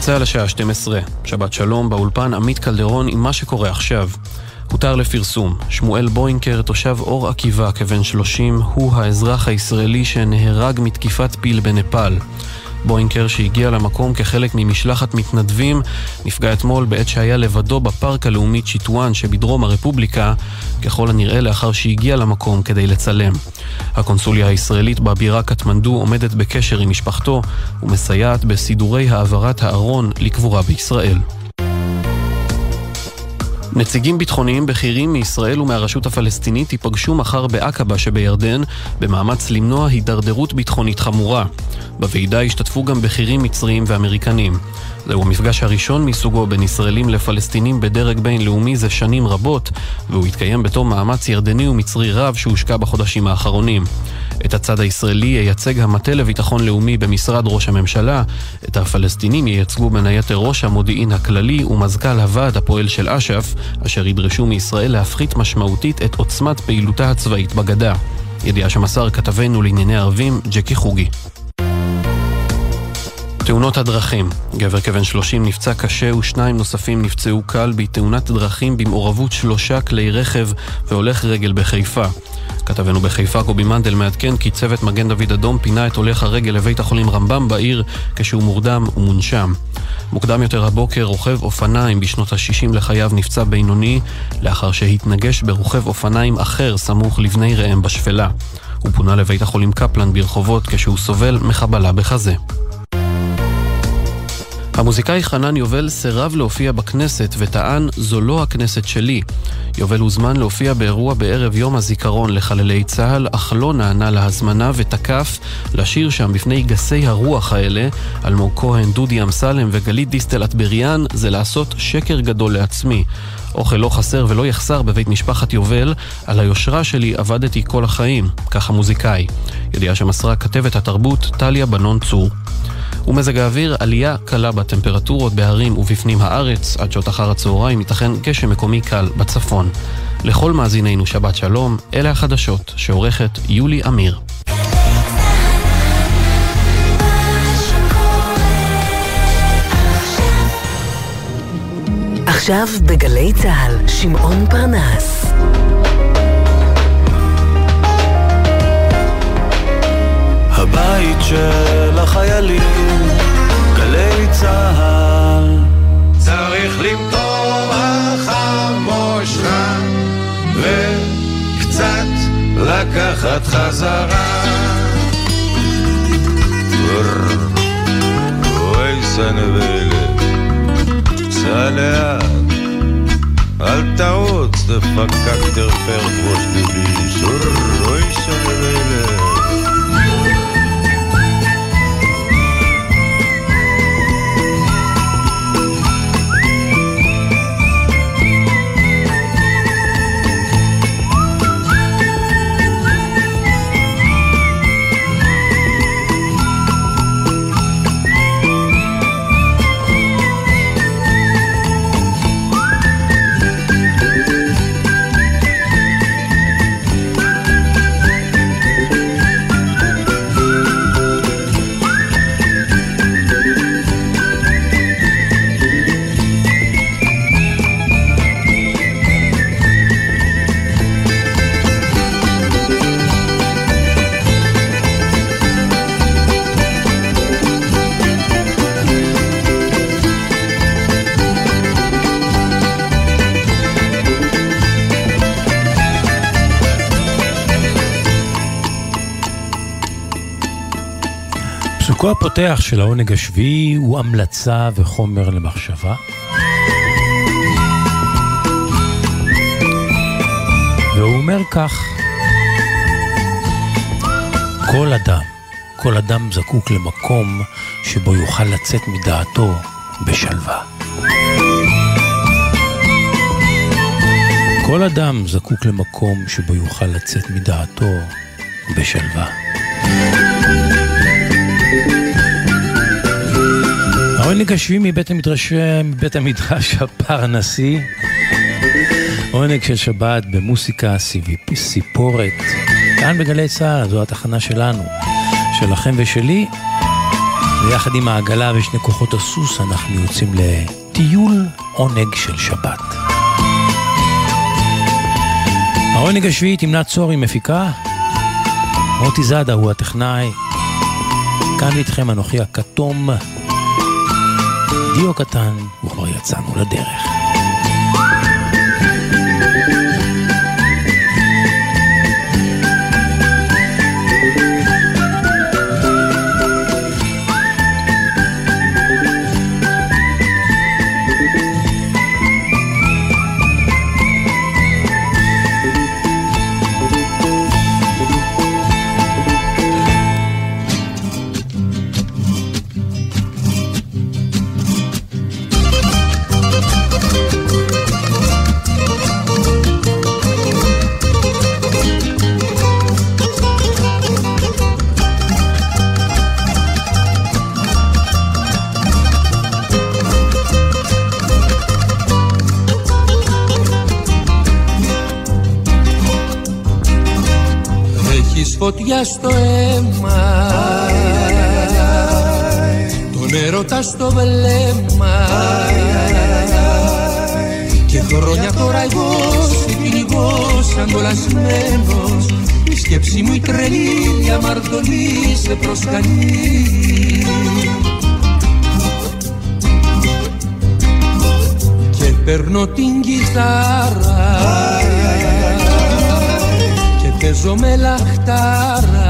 גלי צהל השעה 12, שבת שלום, באולפן עמית קלדרון עם מה שקורה עכשיו. הותר לפרסום, שמואל בוינקר, תושב אור עקיבא כבן 30, הוא האזרח הישראלי שנהרג מתקיפת פיל בנפאל. בוינקר שהגיע למקום כחלק ממשלחת מתנדבים נפגע אתמול בעת שהיה לבדו בפארק הלאומי צ'יטואן שבדרום הרפובליקה, ככל הנראה לאחר שהגיע למקום כדי לצלם. הקונסוליה הישראלית בבירה קטמנדו עומדת בקשר עם משפחתו ומסייעת בסידורי העברת הארון לקבורה בישראל. נציגים ביטחוניים בכירים מישראל ומהרשות הפלסטינית ייפגשו מחר בעקבה שבירדן במאמץ למנוע הידרדרות ביטחונית חמורה. בוועידה השתתפו גם בכירים מצריים ואמריקנים. זהו המפגש הראשון מסוגו בין ישראלים לפלסטינים בדרג בינלאומי זה שנים רבות, והוא התקיים בתור מאמץ ירדני ומצרי רב שהושקע בחודשים האחרונים. את הצד הישראלי ייצג המטה לביטחון לאומי במשרד ראש הממשלה, את הפלסטינים ייצגו בין היתר ראש המודיעין הכללי ומזכ"ל הוועד הפועל של אש"ף, אשר ידרשו מישראל להפחית משמעותית את עוצמת פעילותה הצבאית בגדה. ידיעה שמסר כתבנו לענייני ערבים ג'קי חוגי. תאונות הדרכים. גבר כבן 30 נפצע קשה ושניים נוספים נפצעו קל בתאונת דרכים במעורבות 3 כלי רכב והולך רגל בחיפה. כתבנו בחיפה קובי מנדל מעדכן כי צוות מגן דוד אדום פינה את הולך הרגל לבית החולים רמב"ם בעיר כשהוא מורדם ומונשם. מוקדם יותר הבוקר רוכב אופניים בשנות ה-60 לחייו נפצע בינוני לאחר שהתנגש ברוכב אופניים אחר סמוך לבני ראם בשפלה. הוא פונה לבית החולים קפלן ברחובות כשהוא סובל מחבלה בחזה. המוזיקאי חנן יובל סירב להופיע בכנסת וטען זו לא הכנסת שלי. יובל הוזמן להופיע באירוע בערב יום הזיכרון לחללי צה"ל, אך לא נענה להזמנה ותקף לשיר שם בפני גסי הרוח האלה, אלמוג כהן, דודי אמסלם וגלית דיסטל אטבריאן, זה לעשות שקר גדול לעצמי. אוכל לא חסר ולא יחסר בבית משפחת יובל, על היושרה שלי עבדתי כל החיים, כך המוזיקאי. ידיעה שמסרה כתבת התרבות טליה בנון צור. ומזג האוויר, עלייה קלה בטמפרטורות בהרים ובפנים הארץ, עד שעות אחר הצהריים ייתכן גשם מקומי קל בצפון. לכל מאזינינו שבת שלום, אלה החדשות שעורכת יולי אמיר. עכשיו בגלי צהל, שמעון פרנס. הבית של החיילים, גלי צהל. צריך למטור החמושך וקצת לקחת חזרה. אוי סנבלה, סע לאט, אל תעוץ דפקק תרפר ראש דביש. אוי סנבלה. פסוקו הפותח של העונג השביעי הוא המלצה וחומר למחשבה. והוא אומר כך: כל אדם זקוק למקום שבו יוכל לצאת מדעתו בשלווה. כל אדם זקוק למקום שבו יוכל לצאת מדעתו בשלווה. העונג השביעי מבית המדרש הפרנסי, עונג של שבת במוסיקה סיפורת, כאן בגלי צהל. זו התחנה שלנו, שלכם ושלי, ויחד עם העגלה ושני כוחות הסוס אנחנו יוצאים לטיול עונג של שבת. העונג השביעי תמנת צורי מפיקה, מוטי זאדה הוא הטכנאי, כאן איתכם אנוכי הכתום, דיו קטן, וכבר יצאנו לדרך. Φωτιά στο αίμα, τον έρωτα στο βλέμμα, και χρόνια τώρα εγώ σε κυνηγώ σαν κολλασμένος, η σκέψη μου η τρελή διαμαρτωλή σε προσκαλεί. Και παίρνω την κιθάρα παίζω με λαχτάρα,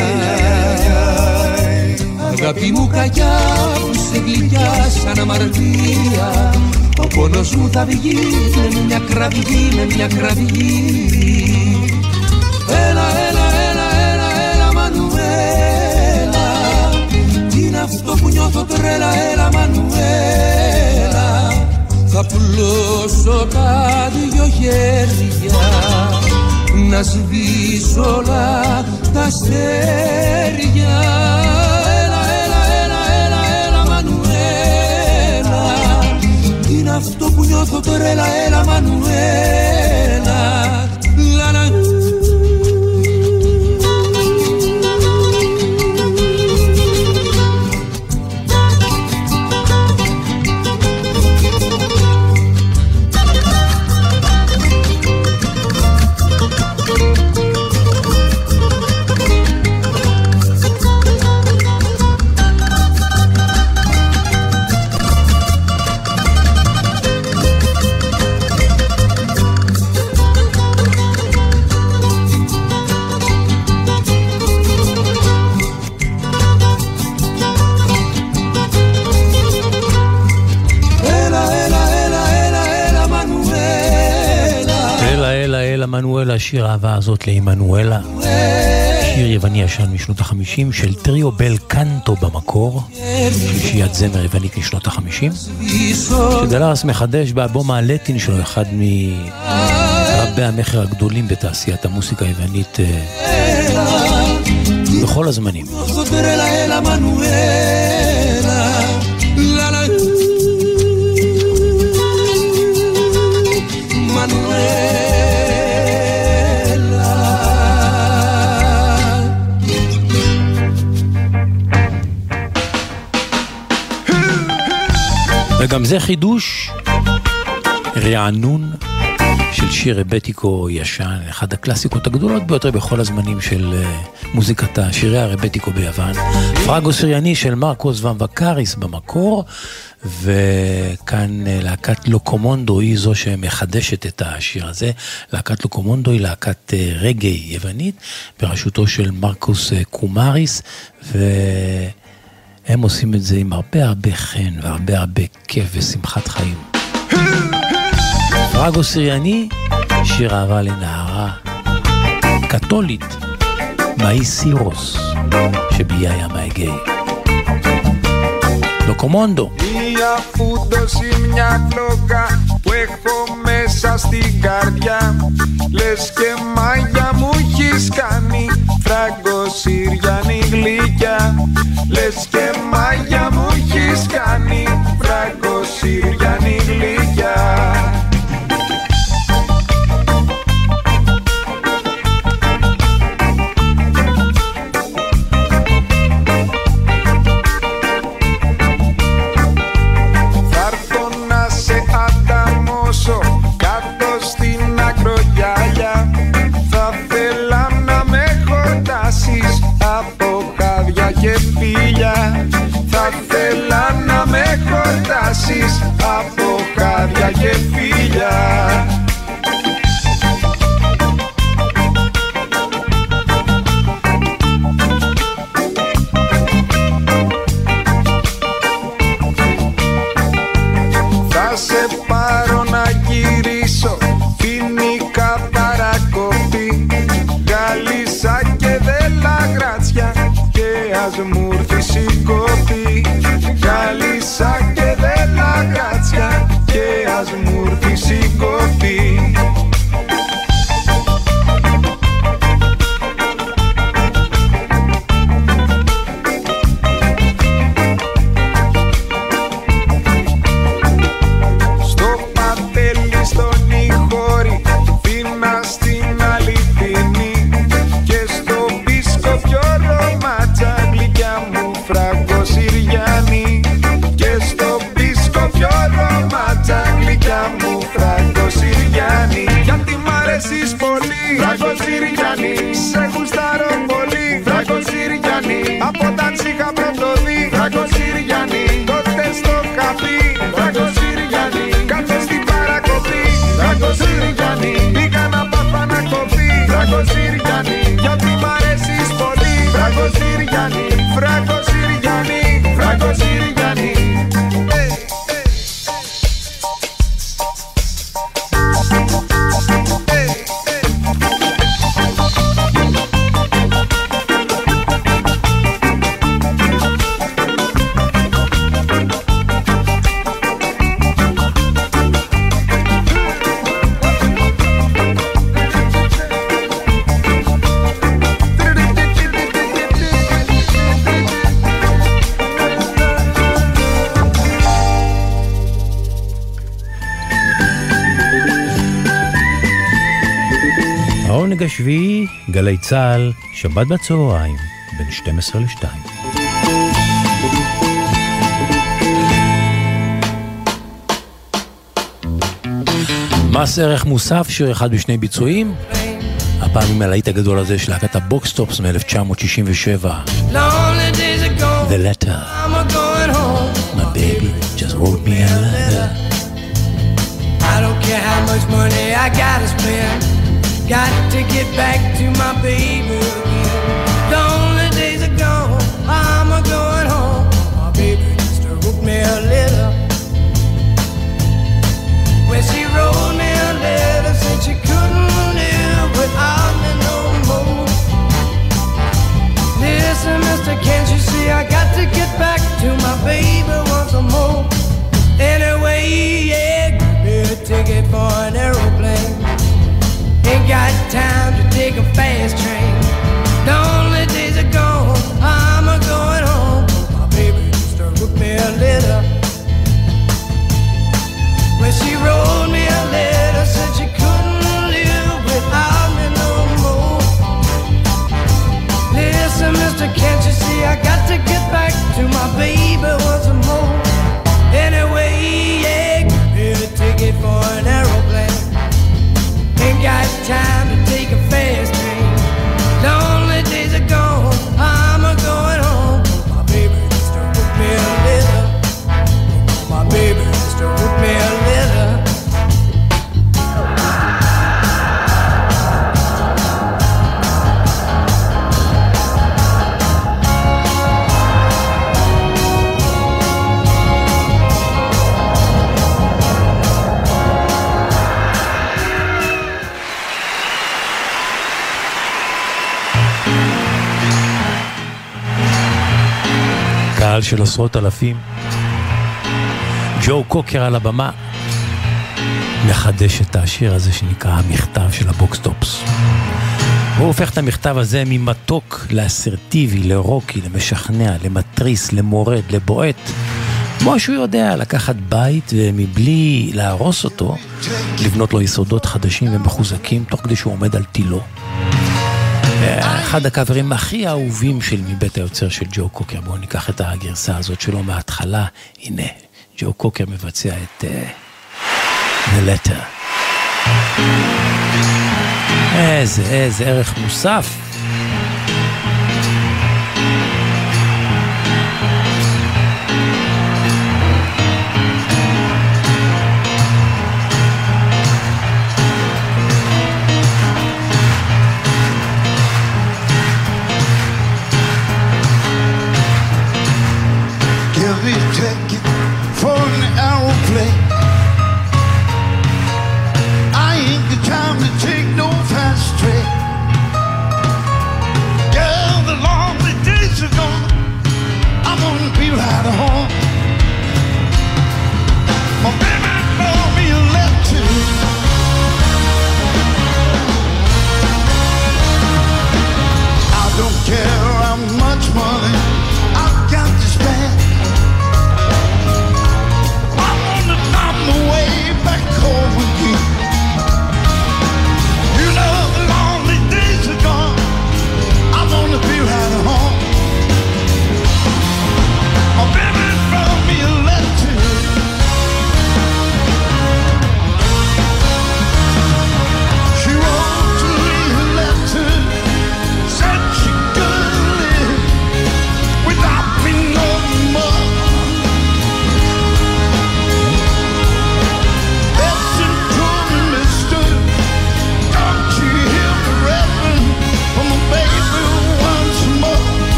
αγάπη μου κακιά που σε γλυκιά σαν αμαρτία, ο πόνος μου θα βγει με μια κραυγή, με μια κραυγή. Έλα, έλα, έλα, έλα, έλα Μανουέλα, τι είναι αυτό που νιώθω τρέλα, έλα Μανουέλα, θα πουλώσω τα δυο χέρια να σβήσω όλα τα αστέρια. Έλα, έλα, έλα, έλα, έλα Μανουέλα, τι είναι αυτό που νιώθω τρέλα, έλα Μανουέλα, λα, λα. מנואלה, השיר האהבה הזאת לאימנואלה, שיר יווני ישן משנות ה-50 של טריו בל קנטו במקור, שלישיית זמר יוונית משנות ה-50, שדלרס מחדש באלבום הלטין שלו, אחד מרבי המחר הגדולים בתעשיית המוסיקה היוונית בכל הזמנים. וגם זה חידוש, רענון של שיר רבטיקו ישן, אחד הקלאסיקות הגדולות ביותר בכל הזמנים של מוזיקת שירי הרבטיקו ביוון. פרגו סיריאני של מרקוס ומבקריס במקור, וכאן להקת לוקומונדו היא זו שמחדשת את השיר הזה. להקת לוקומונדו היא להקת רגעי יוונית בראשותו של מרקוס קומריס, הם עושים את זה עם הרבה הרבה חן והרבה הרבה כיף ושמחת חיים. פרגו סיריאני, שיר אהבה לנערה קתולית מאי סירוס שביה ים האגאי. Λοκομόντο. Η αφούντωση μια κλόκα που έχω μέσα στην καρδιά, λες και μάγια μου έχεις κάνει, Φράγκο Συριανή γλυκιά, λες και μάγια μου έχεις κάνει, Φράγκο Συριανή γλυκιά. χίλια και φίλια. Θα σε πάρω να γυρίσω, φοινικά παρακοπή, Γαλίσσα και Δελαγράτσια και ας μου έρθεις η κοπή. Γαλίσσα και Δελαγράτσια και ας μου έρθεις η κοπή. Σε γουστάρω πολύ, Φράγκο Συριανή. Από όταν σ' είχα πρωτοδεί, Φράγκο Συριανή. Τότε στο καφί, Φράγκο Συριανή. Κάτω στην παρακοπή, Φράγκο Συριανή. Πήγα να πάθα να κοπεί, Φράγκο Συριανή. Γιατί μ' αρέσεις πολύ, Φράγκο Συριανή. Φράγκο Συριανή, Φράγκο Συριανή. העונג השביעי, גלי צהל, שבת בצהריים, בין 12 ל-2. מס ערך מוסף, שיר אחד בשני ביצועים, הפעם עם הלהיט הגדול הזה של להקת הבוקסטופס מ-1967. The letter, my baby just wrote me a letter. I don't care how much money I gotta spend, got to get back to my baby again. The only days are gone, I'm going home. My baby just wrote me a letter. When she wrote me a letter, said she couldn't live without me no more. Listen, mister, can't you see I got to get back to my baby once more. Anyway, yeah, give me a ticket for an aeroplane. Ain't got time to take a fast train. The only days are gone, I'm going home. My baby just wrote me a letter. When she wrote me a letter, said she couldn't live without me no more. Listen, mister, can't you see I got to get back to my baby once more. Anyway, yeah, give me a ticket for an aeroplane. Ain't got time to take a fast train. The only days are gone, I'm going home. My baby just wrote me a letter. My baby just wrote me a letter. קהל של עשרות אלפים, ג'ו קוקר על הבמה מחדש את השיר הזה שנקרא המכתב של הבוקסטופס. הוא הופך את המכתב הזה ממתוק לאסרטיבי, לרוקי, למשכנע, למטריס, למורד, לבועט, כמו שהוא יודע לקחת בית ומבלי להרוס אותו לבנות לו יסודות חדשים ומחוזקים תוך כדי שהוא עומד על תילו. אחד הקאברים הכי אהובים של מבית היוצר של ג'ו קוקר. בואו ניקח את הגרסה הזאת שלו מההתחלה. הנה, ג'ו קוקר מבצע את The Letter. איזה ערך מוסף.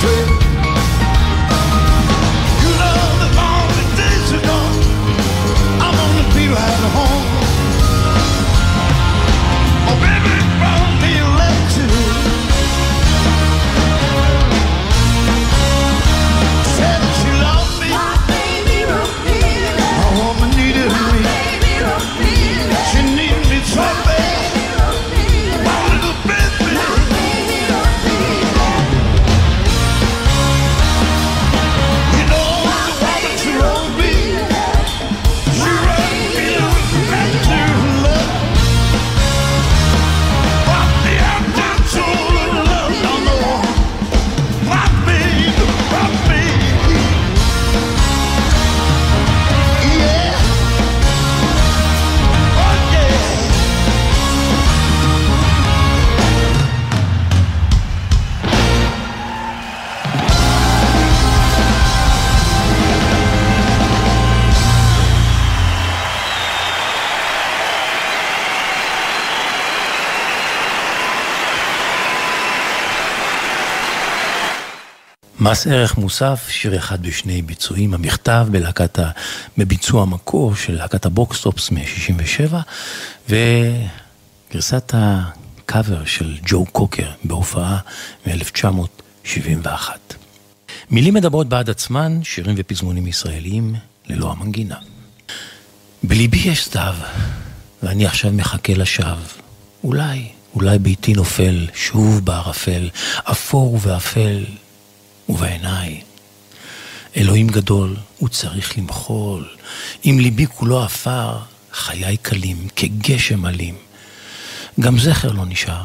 מס ערך מוסף, שיר אחד בשני ביצועים, המכתב בביצוע המקור של להקת הבוקסטופס מ-67, וגרסת הקאבר של ג'ו קוקר בהופעה מ-1971. מילים מדברות בעד עצמן, שירים ופזמונים ישראליים ללא המנגינה. בליבי יש סתיו, ואני עכשיו מחכה לשווא. אולי ביתי נופל שוב בערפל, אפור ואפל, ובעיניי, אלוהים גדול, הוא צריך למחול. אם ליבי כולו אפר, חיי קלים, כגשם אלים. גם זכר לא נשאר.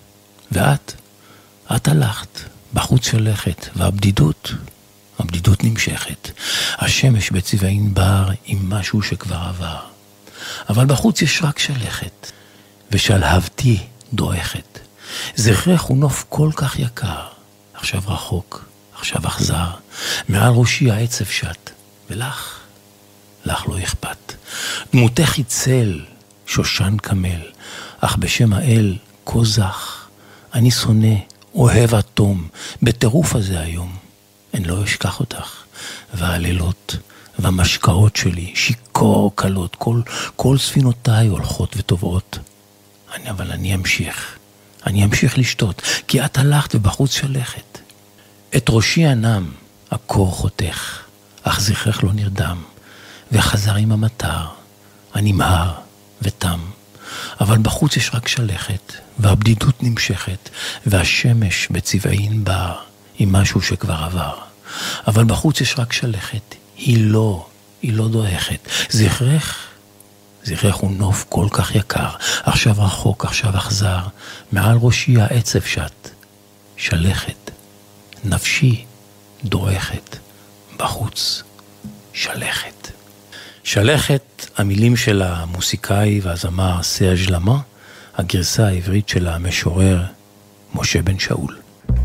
את הלכת, בחוץ שלכת, והבדידות נמשכת. השמש בצבעי ענבר עם משהו שכבר עבר. אבל בחוץ יש רק שלכת, ושלהבתי דועכת. זכרך הוא נוף כל כך יקר, עכשיו רחוק. עכשיו אכזר, מעל ראשי העצב שט, ולך לא אכפת. דמותך היא צל, שושן כמל, אך בשם האל כה זך, אני שונא, אוהב אטום, בטירוף הזה היום, אני לא אשכח אותך, והלילות והמשקעות שלי, שיקור קלות, כל ספינותיי הולכות וטובעות. אבל אני אמשיך לשתות, כי את הלכת ובחוץ שלכת. את ראשי ענם, הקור חותך, אך זכרך לא נרדם, וחזר עם המטר, הנמהר ותם. אבל בחוץ יש רק שלכת, והבדידות נמשכת, והשמש בצבעי ענבר, עם משהו שכבר עבר. אבל בחוץ יש רק שלכת, היא לא דועכת. זכרך הוא נוף כל כך יקר, עכשיו רחוק, עכשיו אכזר, מעל ראשי העצב שט, שלכת. נפשי דועכת, בחוץ שלכת, המילים של המוסיקאי והזמר סרג' למה, הגרסה העברית של המשורר משה בן שאול.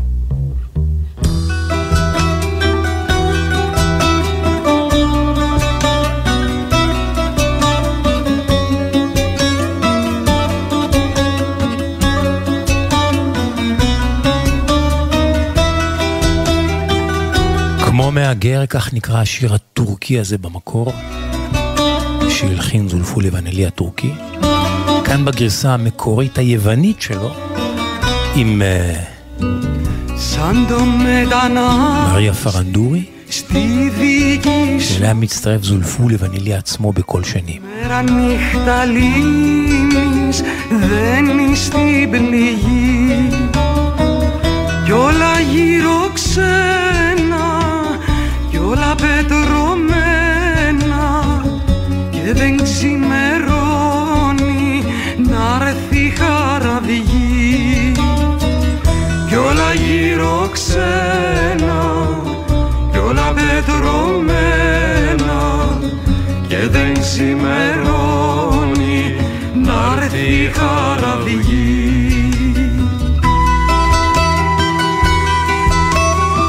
כמו מהגר, כך נקרא השיר הטורקי הזה במקור, שהלחין זולפולי ונלי הטורקי. כאן בגרסה המקורית היוונית שלו, עם מריה פרנדורי, שאליה מצטרף זולפולי ונלי עצמו בכל שנים. όλα πετρωμένα και δεν ξημερώνει να έρθει χαραυγή κι όλα γύρω ξένα κι όλα πετρωμένα και δεν ξημερώνει να έρθει χαραυγή.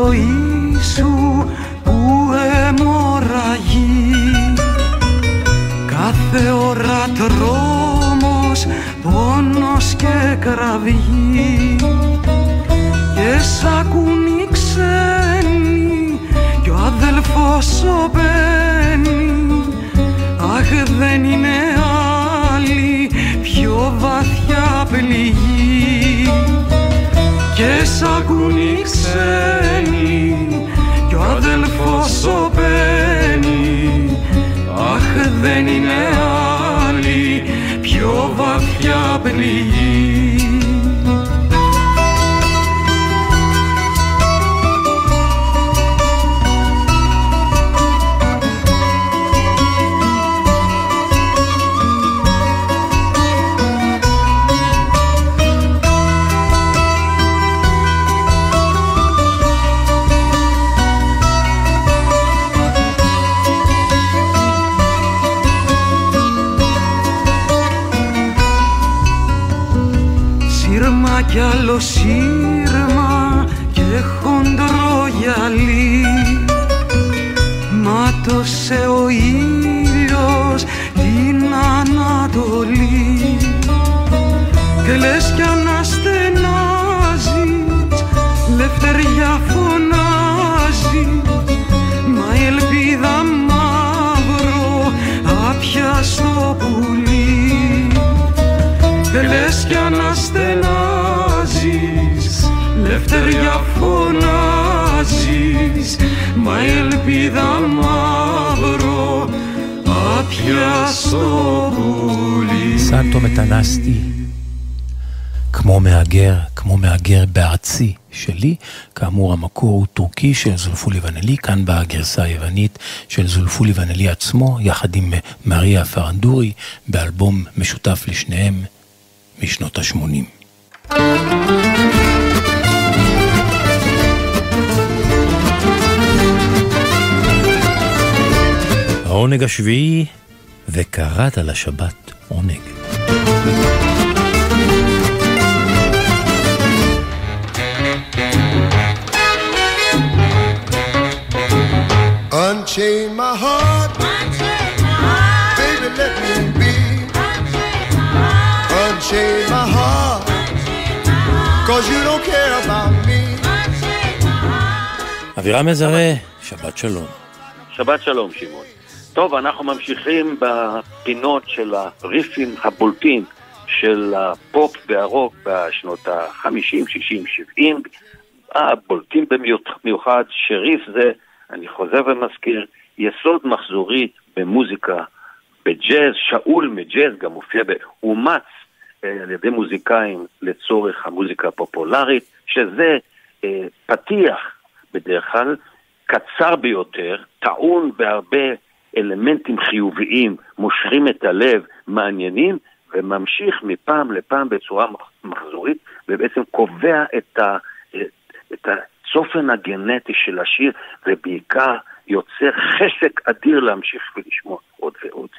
ζωή σου που αιμορραγεί, κάθε ώρα τρόμος, πόνος και κραυγή, και σ' ακούν οι ξένοι κι ο αδελφός σωπαίνει. Αχ, δεν είναι άλλη πιο βαθιά πληγή, και σ' ακούν οι ξένοι κι ο αδελφός σωπαίνει. Αχ, δεν είναι άλλη πιο βαθιά πληγή. Κι άλλο σύρμα και χοντρό γυαλί, μάτωσε ο ήλιος την Ανατολή, και λες κι αναστενάζεις, λευτεριά φωνάζει, μα η ελπίδα μαύρο άπιαστο πουλί, και λες κι αναστενάζεις, λευτεριά φωνάζεις, μα η ελπίδα μαύρο άπιαστο πουλί. סנטו מתנסטי, כמו מהגר בארצי שלי. כאמור המקור הוא טורקי של זולפולי ונלי, כאן באה הגרסה היוונית של זולפולי ונלי עצמו, יחד עם מריה פרנדורי, באלבום משותף לשניהם משנות ה-80. העונג השביעי, וקראת לשבת עונג. Unchain my heart, baby let me be. Unchain my heart, cause you don't care about me. אבירם מזרה, שבת שלום. שבת שלום שמעון. טוב, אנחנו ממשיכים בפינות של הריפים הבולטים של הפופ והרוק בשנות ה-50, 60, 70. הבולטים במיוחד שריף זה, אני חוזר ומזכיר, יסוד מחזורית במוזיקה, בג'אז, שאול מג'אז גם מופיע באומץ על ידי מוזיקאים לצורך המוזיקה הפופולרית, שזה פתיח בדרך כלל קצר ביותר, טעון בהרבה אלמנטים חיוביים, מושכים את הלב, מעניינים, וממשיך מפעם לפעם בצורה מחזורית, ובעצם קובע את הצופן הגנטי של השיר, ובעיקר יוצר חשק אדיר להמשיך ולשמוע עוד ועוד.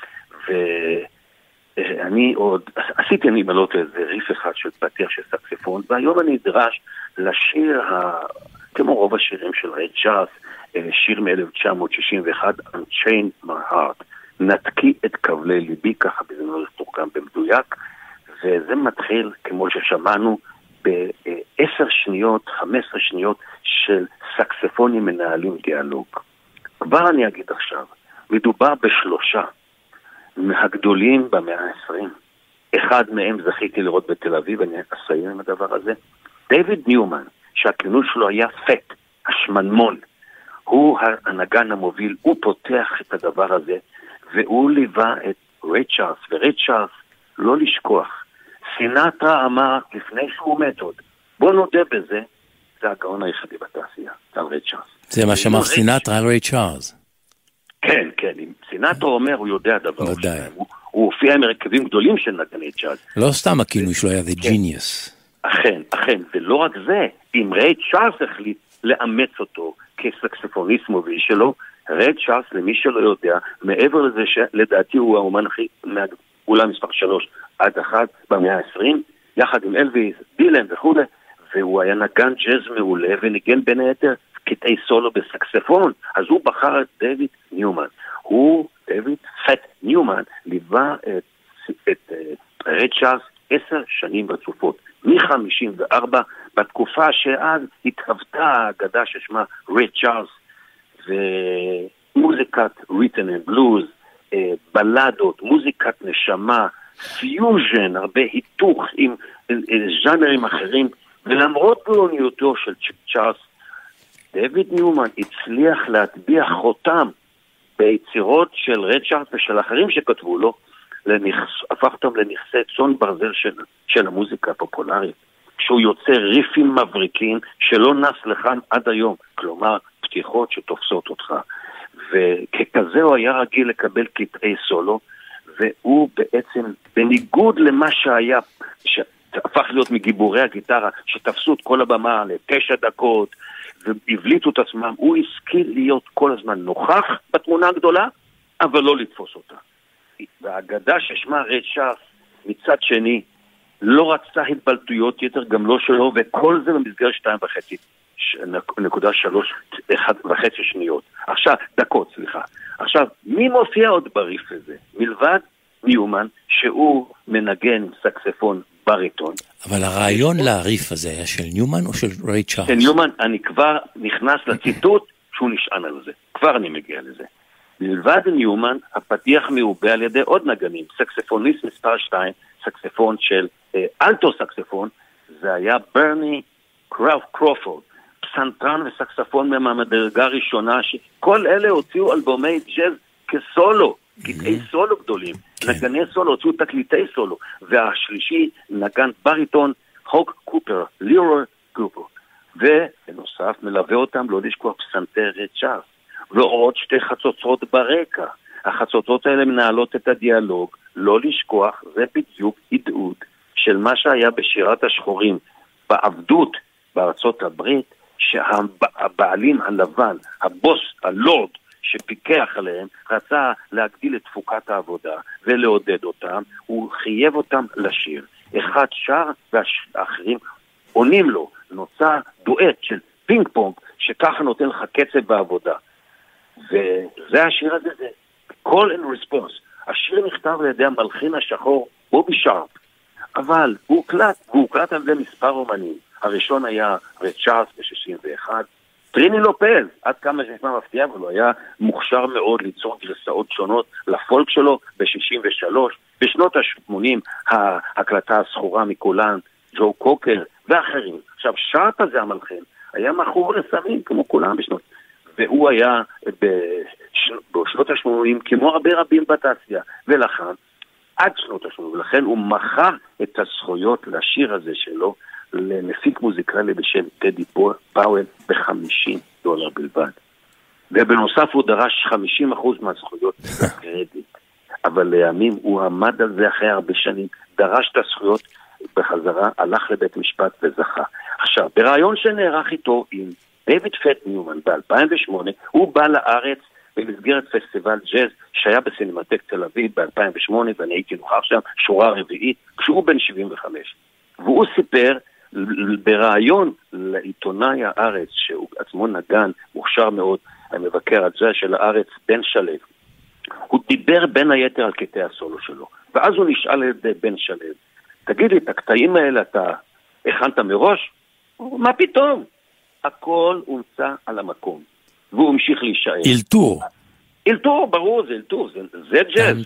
ואני עוד, עשיתי נמלות איזה ריף אחד של פתיח של סקספון, והיום אני נדרש לשיר, כמו רוב השירים של ריי צ'ארלס, שיר מ-1961, Unchain My Heart, נתקי את כבלי ליבי, ככה בזמנו תורגם במדויק, וזה מתחיל, כמו ששמענו, ב-10 שניות, 15 שניות של סקספונים מנהלים דיאלוג. כבר אני אגיד עכשיו, מדובר בשלושה מהגדולים במאה ה-20. אחד מהם זכיתי לראות בתל אביב, אני אסיים עם הדבר הזה. דיוויד ניומן, שהכינוי שלו היה פט, השמנמון, הוא הנגן המוביל, הוא פותח את הדבר הזה, והוא ליווה את ריי צ'ארלס, וריי צ'ארלס, לא לשכוח, סינטרה אמר לפני שהוא מת עוד, בוא נודה בזה, זה הגאון היחידי בתעשייה, זה ריי צ'ארלס. זה מה שאמר סינטרה על ריי צ'ארלס. כן, כן, אם סינטרה אומר, הוא יודע דבר. ודאי. הוא הופיע עם הרכבים גדולים של נגני צ'ארלס. לא סתם הכינוי שלו היה The Genius. אכן, אכן, ולא רק זה, אם ריי צ'ארלס החליט לאמץ אותו כסקספוניסט מוביל שלו, ריי צ'ארלס, למי שלא יודע, מעבר לזה שלדעתי הוא האומן הכי מהגאולה מספר 3 עד 1 במאה ה-20, יחד עם אלוויס, דילן וכו', והוא היה נגן ג'אז מעולה, וניגן בין היתר קטעי סולו בסקספון, אז הוא בחר את דיוויד ניומן. דיוויד פט ניומן, ליווה את ריי צ'ארלס 10 שנים רצופות, מ-54, בתקופה שאז התהוותה האגדה ששמה ריי צ'ארלס, ומוזיקת ריתן אנד בלוז, בלדות, מוזיקת נשמה, פיוז'ן, הרבה היתוך עם ז'אנרים אחרים, ולמרות גאוניותו של צ'ארלס, דיוויד ניומן הצליח להטביע חותם ביצירות של ריי צ'ארלס ושל אחרים שכתבו לו, הפך אותם לנכסי צאן ברזל של המוזיקה הפופולרית, כשהוא יוצר ריפים מבריקים שלא נס לכאן עד היום, כלומר פתיחות שתופסות אותך, וככזה הוא היה רגיל לקבל קטעי סולו, והוא בעצם בניגוד למה שהיה, שהפך להיות מגיבורי הגיטרה שתפסו את כל הבמה ל9 דקות והבליטו את עצמם, הוא השכיל להיות כל הזמן נוכח בתמונה הגדולה, אבל לא לתפוס אותה. והאגדה ששמה ריי צ'ארלס מצד שני לא רצה התבלטויות יתר, גם לא שלו, וכל זה במסגרת 1.5 שניות. עכשיו, מי מופיע עוד בריף הזה? מלבד ניומן, שהוא מנגן סקספון בריטון. אבל הרעיון לריף הזה היה של ניומן או של ריי צ'ארלס? של ניומן, אני כבר נכנס לציטוט שהוא נשען על זה. כבר אני מגיע לזה. מלבד ניומן, הפתיח מעובה על ידי עוד נגנים. סקספוניסט מספר 2, סקספון של אלטו סקספון, זה היה ברני קרופורד, פסנתרן וסקספון מהמדרגה הראשונה, שכל אלה הוציאו אלבומי ג'אז כסולו, קטעי סולו גדולים, נגני סולו, הוציאו תקליטי סולו, והשלישי נגן בריטון, הוק קופר, ליאור קופר, ובנוסף מלווה אותם לא לשכוח פסנתר ריי צ'ארלס, ועוד 2 חצוצרות ברקע. החצוצרות האלה מנהלות את הדיאלוג, לא לשכוח, זה בדיוק עידוד של מה שהיה בשירת השחורים, בעבדות בארצות הברית, שהבעלים הלבן, הבוס, הלורד, שפיקח עליהם, רצה להגדיל את תפוקת העבודה ולעודד אותם, הוא חייב אותם לשיר. אחד שר והאחרים עונים לו, נוצר דואט של פינג פונג, שככה נותן לך קצב בעבודה. וזה השיר הזה, זה call and response. השיר נכתב על ידי המלחין השחור בובי שרפ, אבל הוא הוקלט על ידי מספר אומנים. הראשון היה ריי צ'ארלס ב-61, טריני לופז, עד כמה שנשמע מפתיע, אבל הוא היה מוכשר מאוד ליצור גרסאות שונות לפולק שלו ב-63, בשנות ה-80 ההקלטה הסחורה מכולן, ג'ו קוקר ואחרים. עכשיו שרפ הזה המלחין היה מכור לסמים כמו כולם בשנות, והוא היה בשנות ה-80 כמו הרבה רבים בתעשייה, ולכן עד שנות ה-80, ולכן הוא מכר את הזכויות לשיר הזה שלו למפיק מוזיקלי בשם טדי פאוול $50 בלבד. ובנוסף הוא דרש 50% מהזכויות קרדיט. אבל לימים הוא עמד על זה אחרי הרבה שנים, דרש את הזכויות בחזרה, הלך לבית משפט וזכה. עכשיו, ברעיון שנערך איתו עם דיוויד פט ניומן ב-2008, הוא בא לארץ במסגרת פסטיבל ג'אז שהיה בסינמטק תל אביב ב-2008, ואני הייתי נוכח שם, שורה רביעית, כשהוא בן 75. והוא סיפר ברעיון לעיתונאי הארץ, שהוא עצמו נגן, מוכשר מאוד, המבקר הג'אז של הארץ, בן שלו. הוא דיבר בין היתר על קטעי הסולו שלו, ואז הוא נשאל על ידי בן שלו, תגיד לי, את הקטעים האלה אתה הכנת מראש? מה פתאום? הכל הומצא על המקום, והוא המשיך להישאר. אלתור, ברור, זה אלתור, זה ג'אז.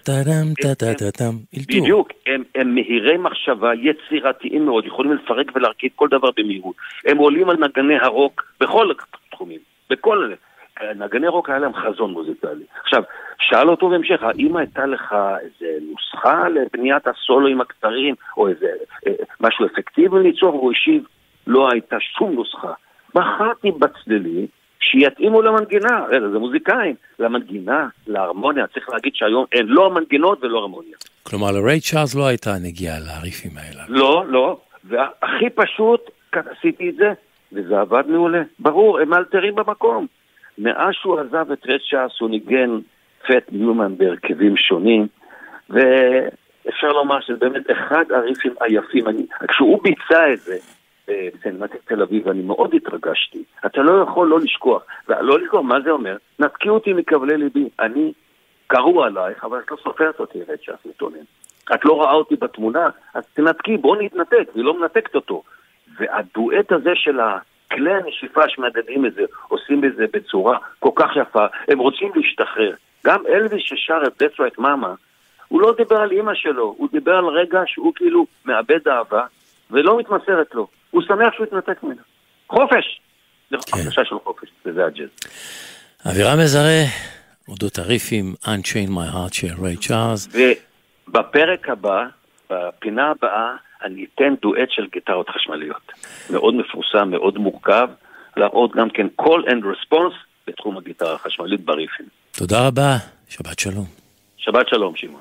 בדיוק, הם מהירי מחשבה, יצירתיים מאוד, יכולים לפרק ולהרכיב כל דבר במהירות. הם עולים על נגני הרוק בכל תחומים, בכל נגני רוק היה להם חזון מוזיקלי. עכשיו, שאל אותו בהמשך, האם הייתה לך איזה נוסחה לבניית הסולואים הקצרים, או איזה משהו אפקטיבי ליצור, והוא השיב, לא הייתה שום נוסחה. בחרתי בצלילים שיתאימו למנגינה, זה מוזיקאים, למנגינה, להרמוניה, צריך להגיד שהיום אין לא מנגינות ולא הרמוניה. כלומר, לריי צ'ארלס לא הייתה נגיעה לריפים האלה. לא, והכי פשוט, עשיתי את זה, וזה עבד מעולה. ברור, הם אלתרים במקום. מאז שהוא עזב את ריי צ'ארלס, הוא ניגן פט ניומן בהרכבים שונים, ואפשר לומר שזה באמת אחד הריפים היפים. כשהוא ביצע את זה, בסינמטק תל אביב, ואני מאוד התרגשתי. אתה לא יכול לא לשכוח. לא לשכוח, מה זה אומר? נתקי אותי מקבלי ליבי. אני קראו עלייך, אבל את לא סופרת אותי, רד שאת מתונן. את לא ראה אותי בתמונה, אז תנתקי, בוא נתנתק, והיא לא מנתקת אותו. והדואט הזה של כלי הנשיפה שמדדים את זה, עושים את זה בצורה כל כך יפה, הם רוצים להשתחרר. גם אלוויס ששר את That's Right Mama, הוא לא דיבר על אמא שלו, הוא דיבר על רגע שהוא כאילו מאבד אהבה, ולא מתמסרת לו. הוא שמח שהוא התנתק ממנו. חופש! זה חופשה של חופש, וזה הג'אז. אבירם מזרה, אודות הריפים, Unchain My Heart של ריי צ'ארלס. ובפרק הבא, בפינה הבאה, אני אתן דואט של גיטרות חשמליות. מאוד מפורסם, מאוד מורכב, להראות גם כן call and response בתחום הגיטרה החשמלית בריפים. תודה רבה, שבת שלום. שבת שלום, שמעון.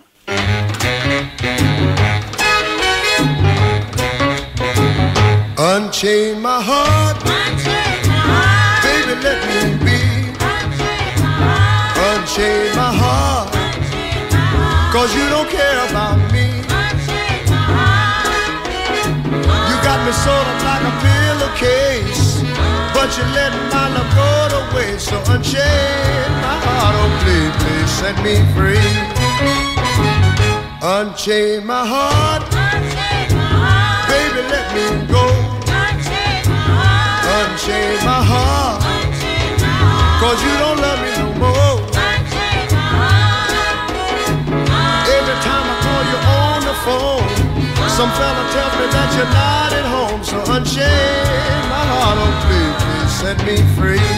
Unchain my heart, baby let me be. Unchain my heart, cause you don't care about me. You got me sort of like a pillowcase, but you let my love go to waste. So unchain my heart, oh please, please set me free. Unchain my heart, baby let me go. Unchain my heart, cause you don't love me no more. Every time I call you on the phone, some fella tells me that you're not at home. So unchain my heart, oh please, please set me free.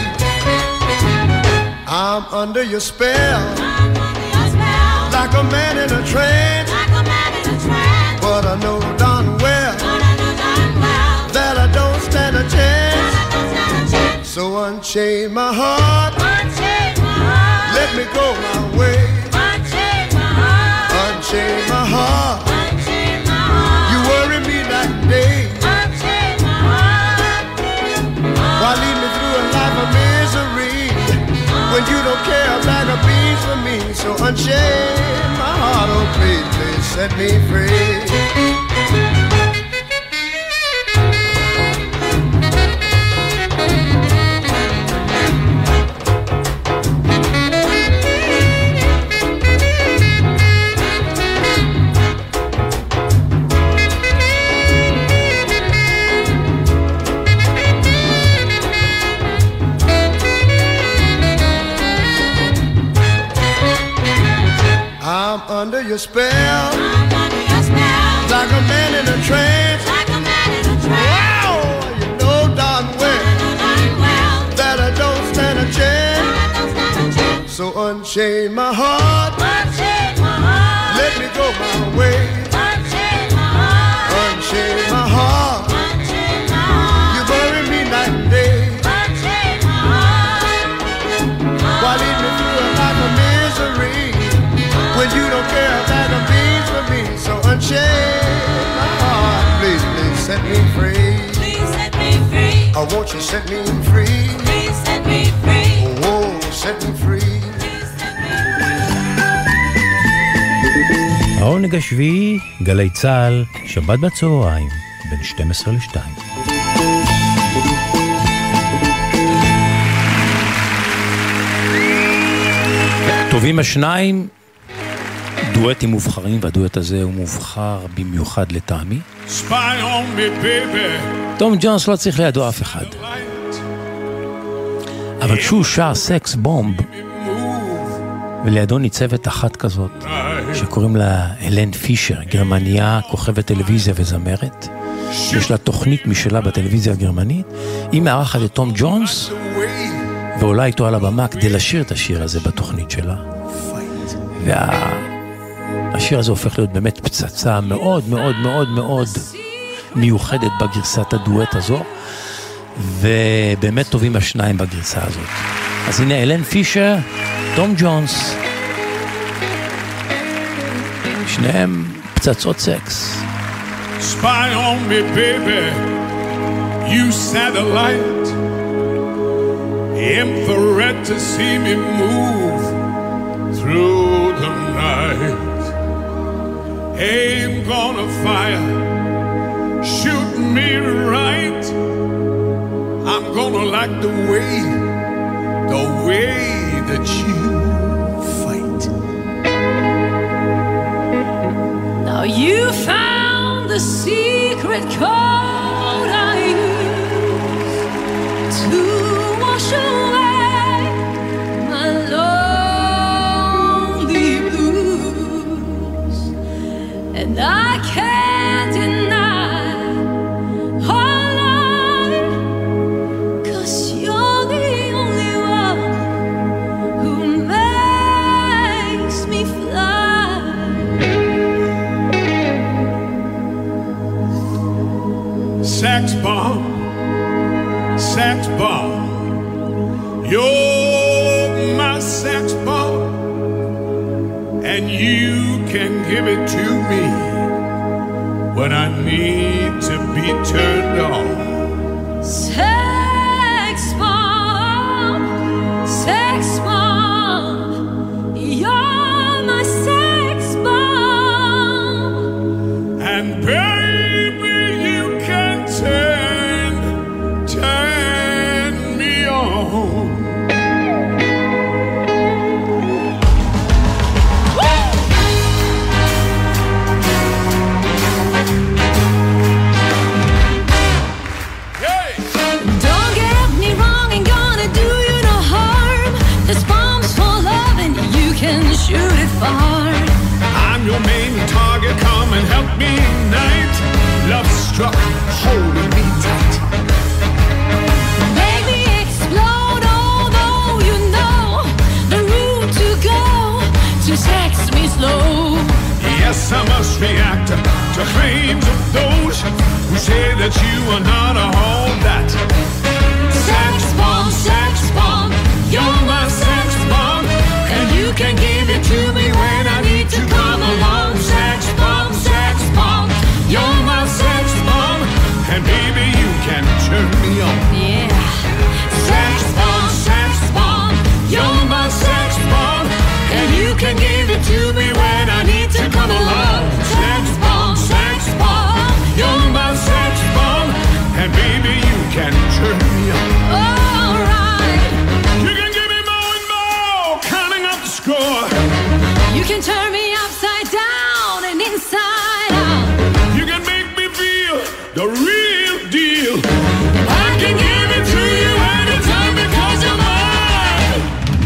I'm under your spell, like a man in a trance. But I know darn well that I don't stand a chance. So unchain my heart, let me go my way. Unchain my heart, you worry me like day. Why lead me through a life of misery when you don't care a bag of beans for me? So unchain my heart, oh please, please set me free. I'm under your spell, like a man in a trance. Wow, you know darn well that I don't stand a chance. So unchain my heart, let me go my way. Unchain my heart, you bury me night and day. Why lead me through a life of misery when you don't care a bag of beans for me? So unchain my heart, please, please set me free. Please set me free. I want you set me free. Please set me free. Oh, set me free. העונג השביעי, גלי צהל, שבת בצהריים, בין 12 ל-2. טובים השניים, דואטים מובחרים, והדואט הזה הוא מובחר במיוחד לטעמי. תום ג'ונס לא צריך לידו אף אחד, אבל כשהוא שר סקס בומב ולידו ניצבת אחת כזאת שקוראים לה אלן פישר, גרמניה, כוכבת טלוויזיה וזמרת, יש לה תוכנית משלה בטלוויזיה הגרמנית, היא מארחת את תום ג'ונס ועולה איתו על הבמה כדי לשיר את השיר הזה בתוכנית שלה, והשיר הזה הופך להיות באמת פצצה מאוד מאוד מאוד מאוד מיוחדת בגרסת הדואט הזו, ובאמת טובים השניים בגרסה הזאת. אז הנה אלן פישר, תום ג'ונס, שניהם פצצות סקס. Spy on me, baby, you satellite, infrared to see me move through the night. Aim gonna fire, shoot me right like the way that you fight. Now you found the secret code I use to wash away my lonely blues, and I can't deny our life, 'cause you're the only one who makes me fly. Sax bomb, you're my sax bomb, and you can give it to me when I need to be turned on. Sex bomb, you're my sex bomb, And baby, you can turn me on. Don't get me wrong, ain't gonna do you no harm. This bomb's for love and you can shoot it far. I'm your main target, come and help me tonight. Love struck, holding me tight. Make me explode, although you know the route to go to sex me slow. Yes, I must react to claims of those who say that you are not all that. Sex bomb, you're my sex bomb, and you can give it to me when I need to come along. Sex bomb, you're my sex bomb, And baby, you can turn me on. yeah. Sex bomb, you're my sex bomb, and you can give it to me when I need to come along. Sex bomb, You're my sex bomb, and baby, you can turn me on. alright. You can give me more and more, counting up the score. You can turn me upside down and inside out. You can make me feel the real deal. I can give it to you anytime because you're mine.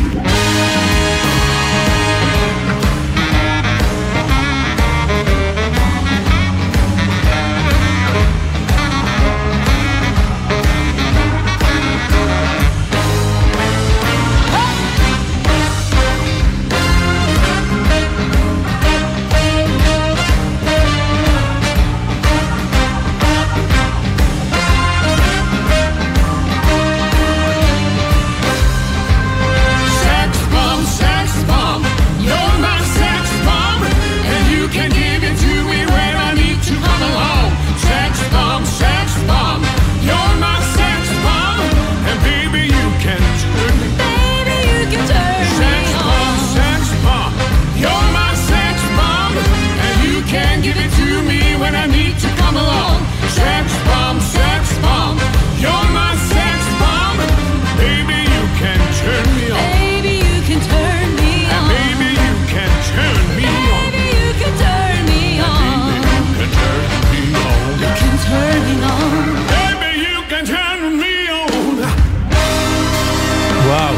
Sex bomb, you're my sex bomb, and you can give it to me when I need to come along. Sex bomb, you're my sex bomb, and baby, you can turn me. Baby, you can turn me on. Sex bomb, you're my sex bomb, and you can give it to me when I need to come along. Sex bomb, you're my sex bomb, baby, you can turn me on. Baby, you can turn me on. Baby, you can turn me on. Baby, you can turn me on. You can turn me on. You can turn me on. Baby, you can turn me on. וואו.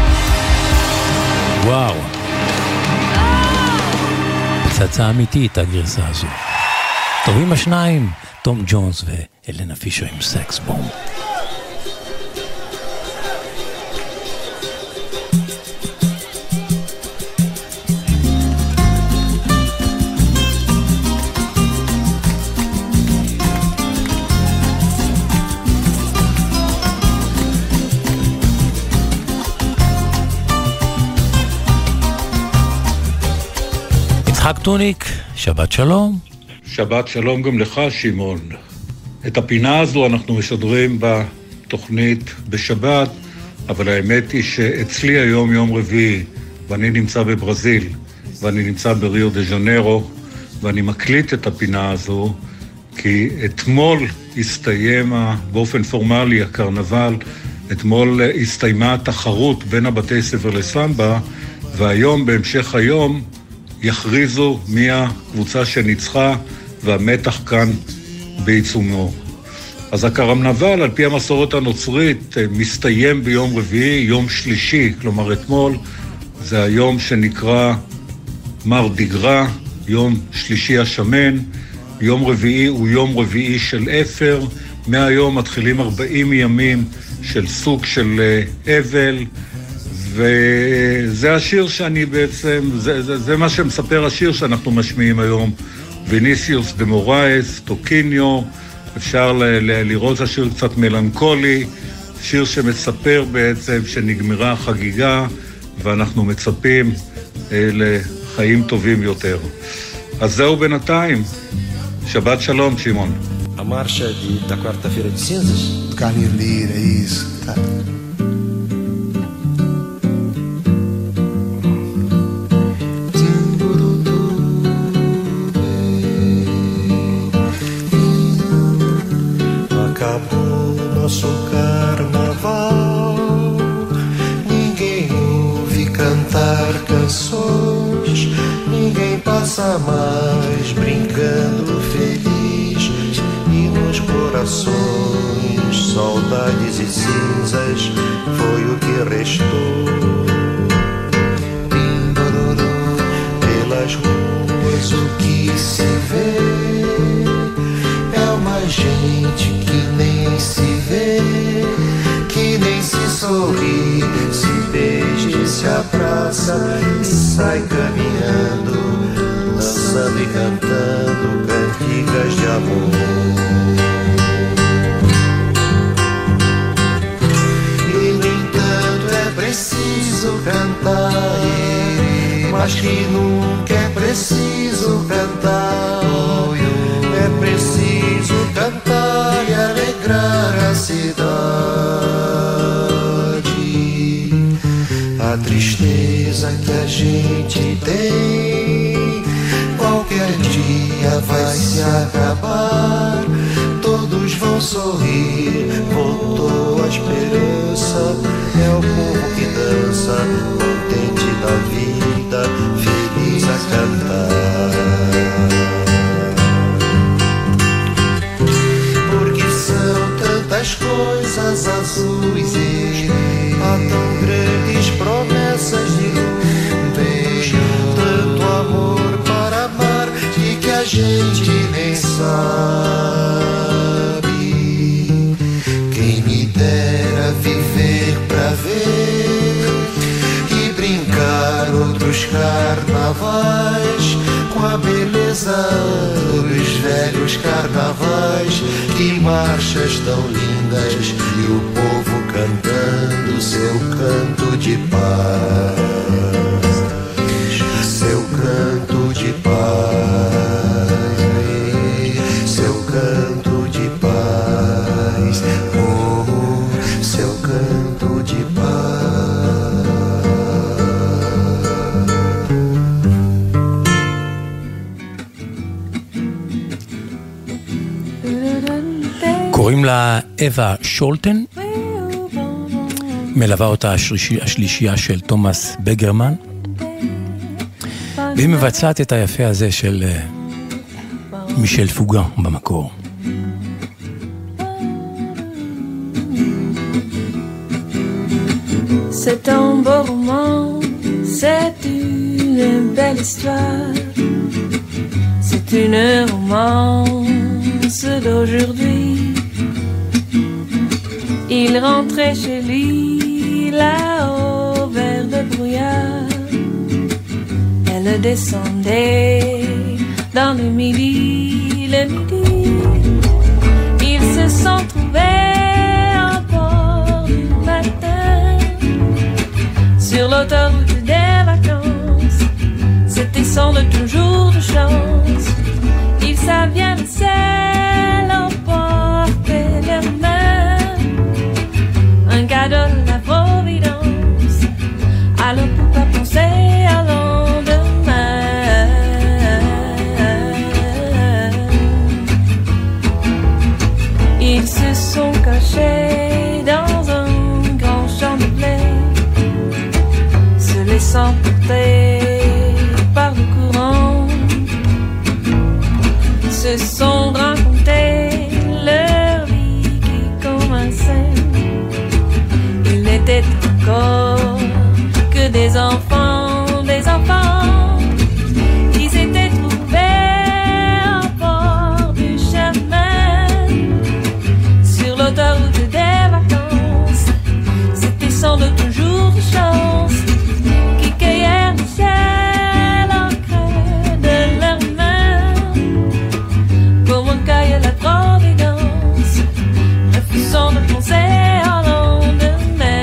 וואו. פצצה אמיתית הגרסה הזו. טובים השניים, תום ג'ונס ואלנה פישר עם סקס בום. יצחק טוניק, שבת שלום. שבת שלום גם לך, שמעון. את הפינה הזו אנחנו משדרים בתוכנית בשבת, אבל האמת היא שאצלי היום יום רביעי, ואני נמצא בברזיל, ואני נמצא בריו דה ז'נרו, ואני מקליט את הפינה הזו, כי אתמול הסתיים באופן פורמלי הקרנבל אתמול הסתיימה התחרות בין הבתי ספר לסמבה, והיום, בהמשך היום, יכריזו מי הקבוצה שניצחה, והמתח כאן בעיצומו. אז הקרנבל, על פי המסורת הנוצרית, מסתיים ביום רביעי, יום שלישי, כלומר אתמול, זה היום שנקרא מרדיגרה, יום שלישי השמן. יום רביעי הוא יום רביעי של אפר, מהיום מתחילים 40 ימים של סוג של אבל, וזה השיר שאני בעצם, זה מה שמספר השיר שאנחנו משמיעים היום, ויניסיוס דה מורייס, טוקיניו. אפשר לראות השיר קצת מלנכולי, שיר שמספר בעצם שנגמרה החגיגה, ואנחנו מצפים לחיים טובים יותר. אז זהו בינתיים. שבת שלום, שמעון. A marcha da quarta-feira de cinzas? Carne Lira, isso, tá. Acabou nosso carnaval, ninguém ouve cantar canções, ninguém passa mais brincando feliz, e nos corações saudades e cinzas foi o que restou. Pelas ruas o que se vê é uma gente que nem se vê, que nem se sorri, se beija e se abraça e sai caminhando, dançando e cantando cantigas de amor. E no entanto é preciso cantar, mas que nunca é preciso cantar. É preciso cantar e alegrar a cidade. A tristeza que a gente tem qualquer dia vai se acabar, todos vão sorrir, voltou a esperança, é o povo que dança, contente da vida, feliz a cantar. Porque são tantas coisas azuis e há tão grandes promessas de luz, tanto amor para amar e que a gente nem sabe. Quem me dera viver pra ver e brincar outros carnavais com a beleza dos velhos carnavais. Que marchas tão lindas e o povo cantando seu canto de paz, seu canto de paz, seu canto de paz, oh, seu canto de קוראים לה אווה שולטן, מלווה אותה השלישייה של תומאס בגרמן, והיא מבצעת את היפה הזה של מישל פוגה במקור. C'est un beau roman, c'est une belle histoire, c'est une romance d'aujourd'hui. Il rentrait chez lui là-haut vers le brouillard, elle descendait dans le midi. Ils se sont trouvés en port du matin sur l'autoroute des vacances. C'était sans doute un jour de chance. Ils savaient le ciel emporter leurs mains, un cadeau de la providence. Alors pourquoi penser à lendemain? Ils se sont cachés dans un se sont racontés leur vie qui commençait. Ils n'étaient encore que des enfants, qui s'étaient trouvés à bord du chemin sur l'autoroute des vacances. C'était sans doute un jour de chance qui cueillèrent du ciel en creux de leurs mains, comme on cueille la providence, refusant de penser à lendemain.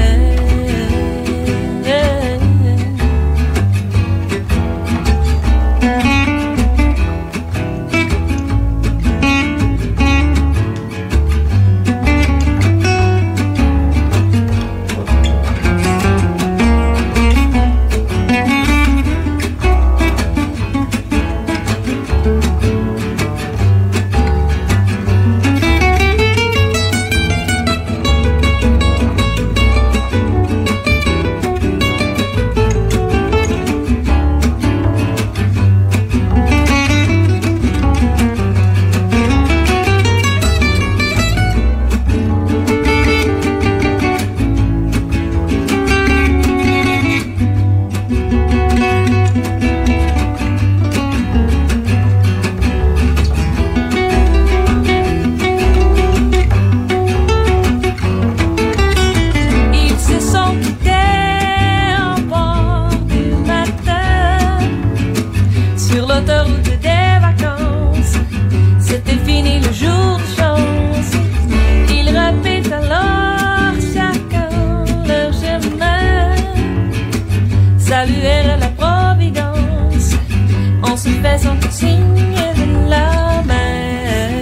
Saluèrent la providence en se faisant un signe de la main.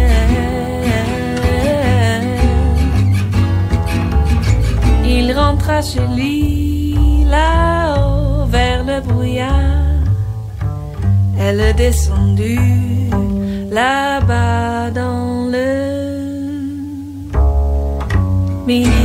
Il rentra chez lui là-haut vers le brouillard. Elle est descendue là-bas dans le midi.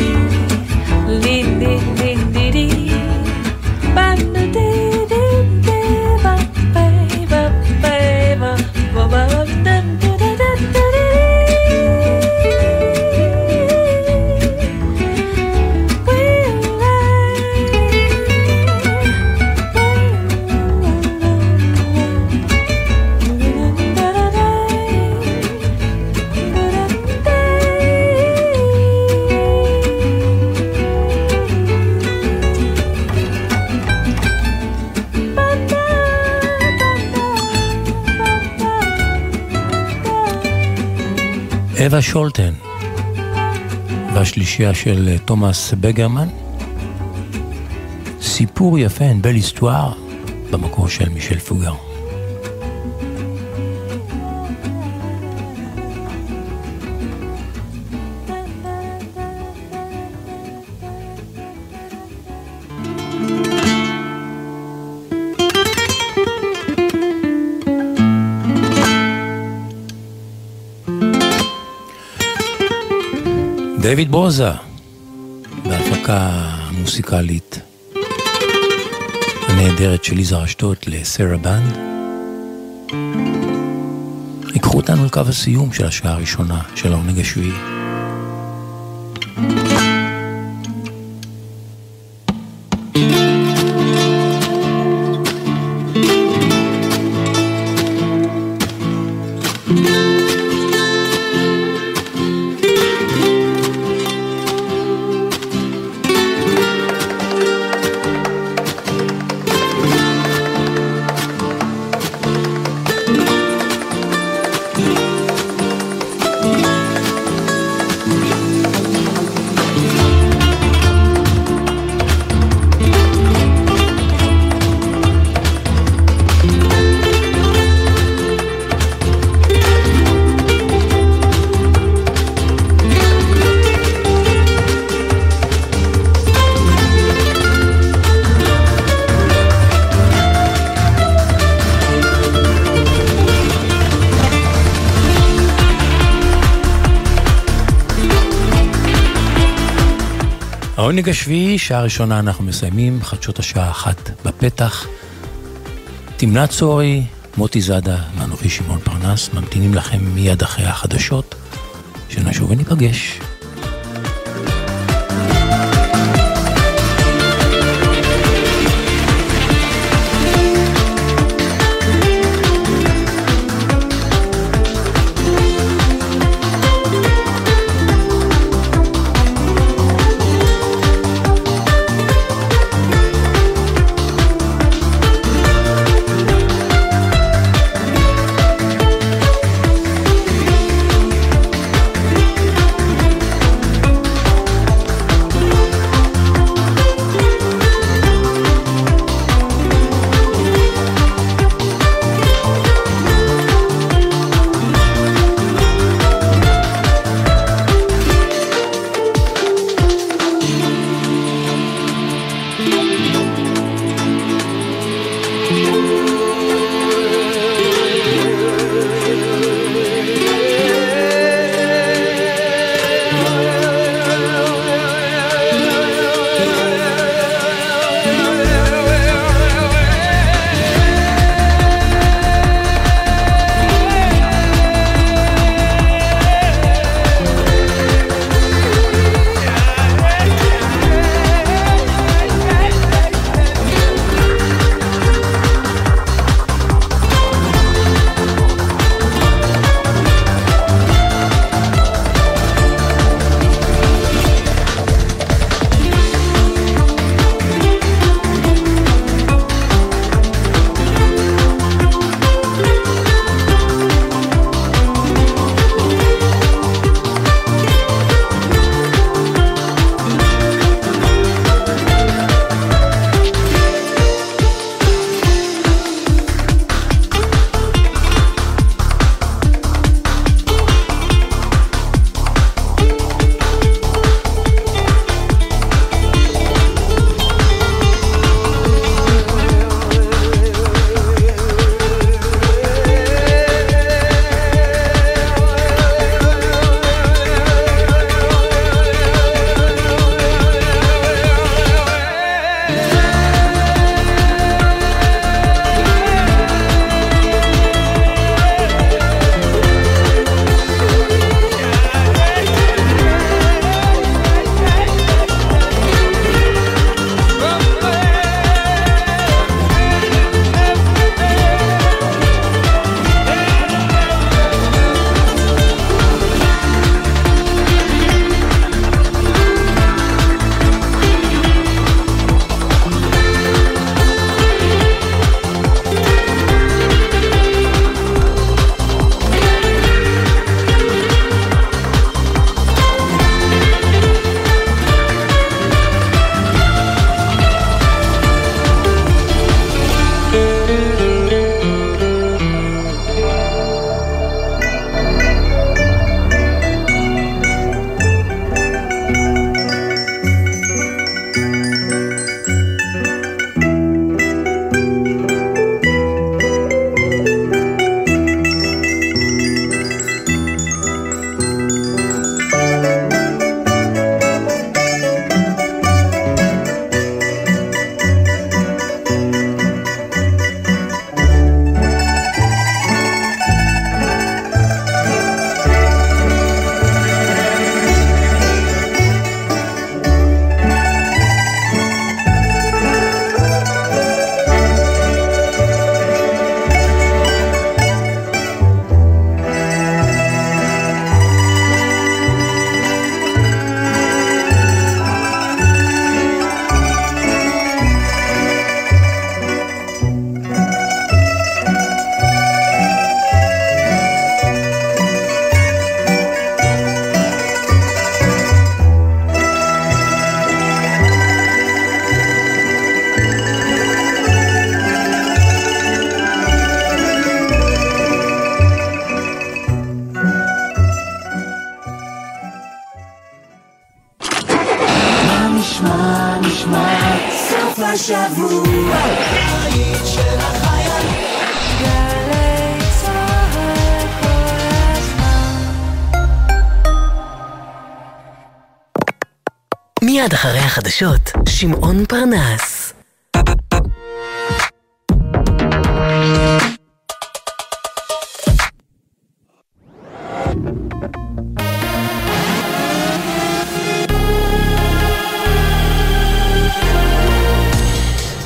אווה שולטן והשלישייה של תומאס בגרמן, סיפור יפה, אין בל היסטואר, במקור של מישל פוגר. דויד ברוזה, בהפקה מוסיקלית הנהדרת של יזהר אשדוד לסרה בנד. יקחו אותנו לקו הסיום של השעה הראשונה של העונג השביעי. העונג השביעי, שעה ראשונה אנחנו מסיימים, חדשות השעה 1 בפתח. תמנת צורי, מוטי זאדה ואנוכי שמעון פרנס ממתינים לכם מיד אחרי החדשות, שנשוב וניפגש. השבוע היית של החייל גלי צהל כל הזמן. מיד אחרי החדשות, שמעון פרנס.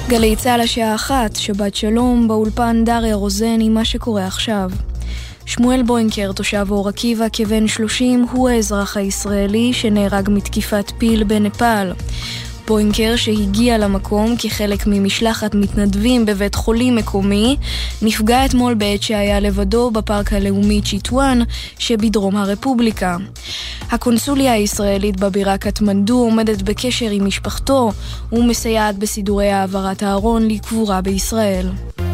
גלי צהל השעה 1, שבת שלום, באולפן דריה רוזן עם מה שקורה עכשיו. שמואל בוינקר, תושב אור עקיבא, כבן 30, הוא האזרח הישראלי שנהרג מתקיפת פיל בנפאל. בוינקר, שהגיע למקום כחלק ממשלחת מתנדבים בבית חולים מקומי, נפגע אתמול בעת שהיה לבדו בפארק הלאומי צ'יטואן שבדרום הרפובליקה. הקונסוליה הישראלית בבירה קטמנדו עומדת בקשר עם משפחתו ומסייעת בסידורי העברת הארון לקבורה בישראל.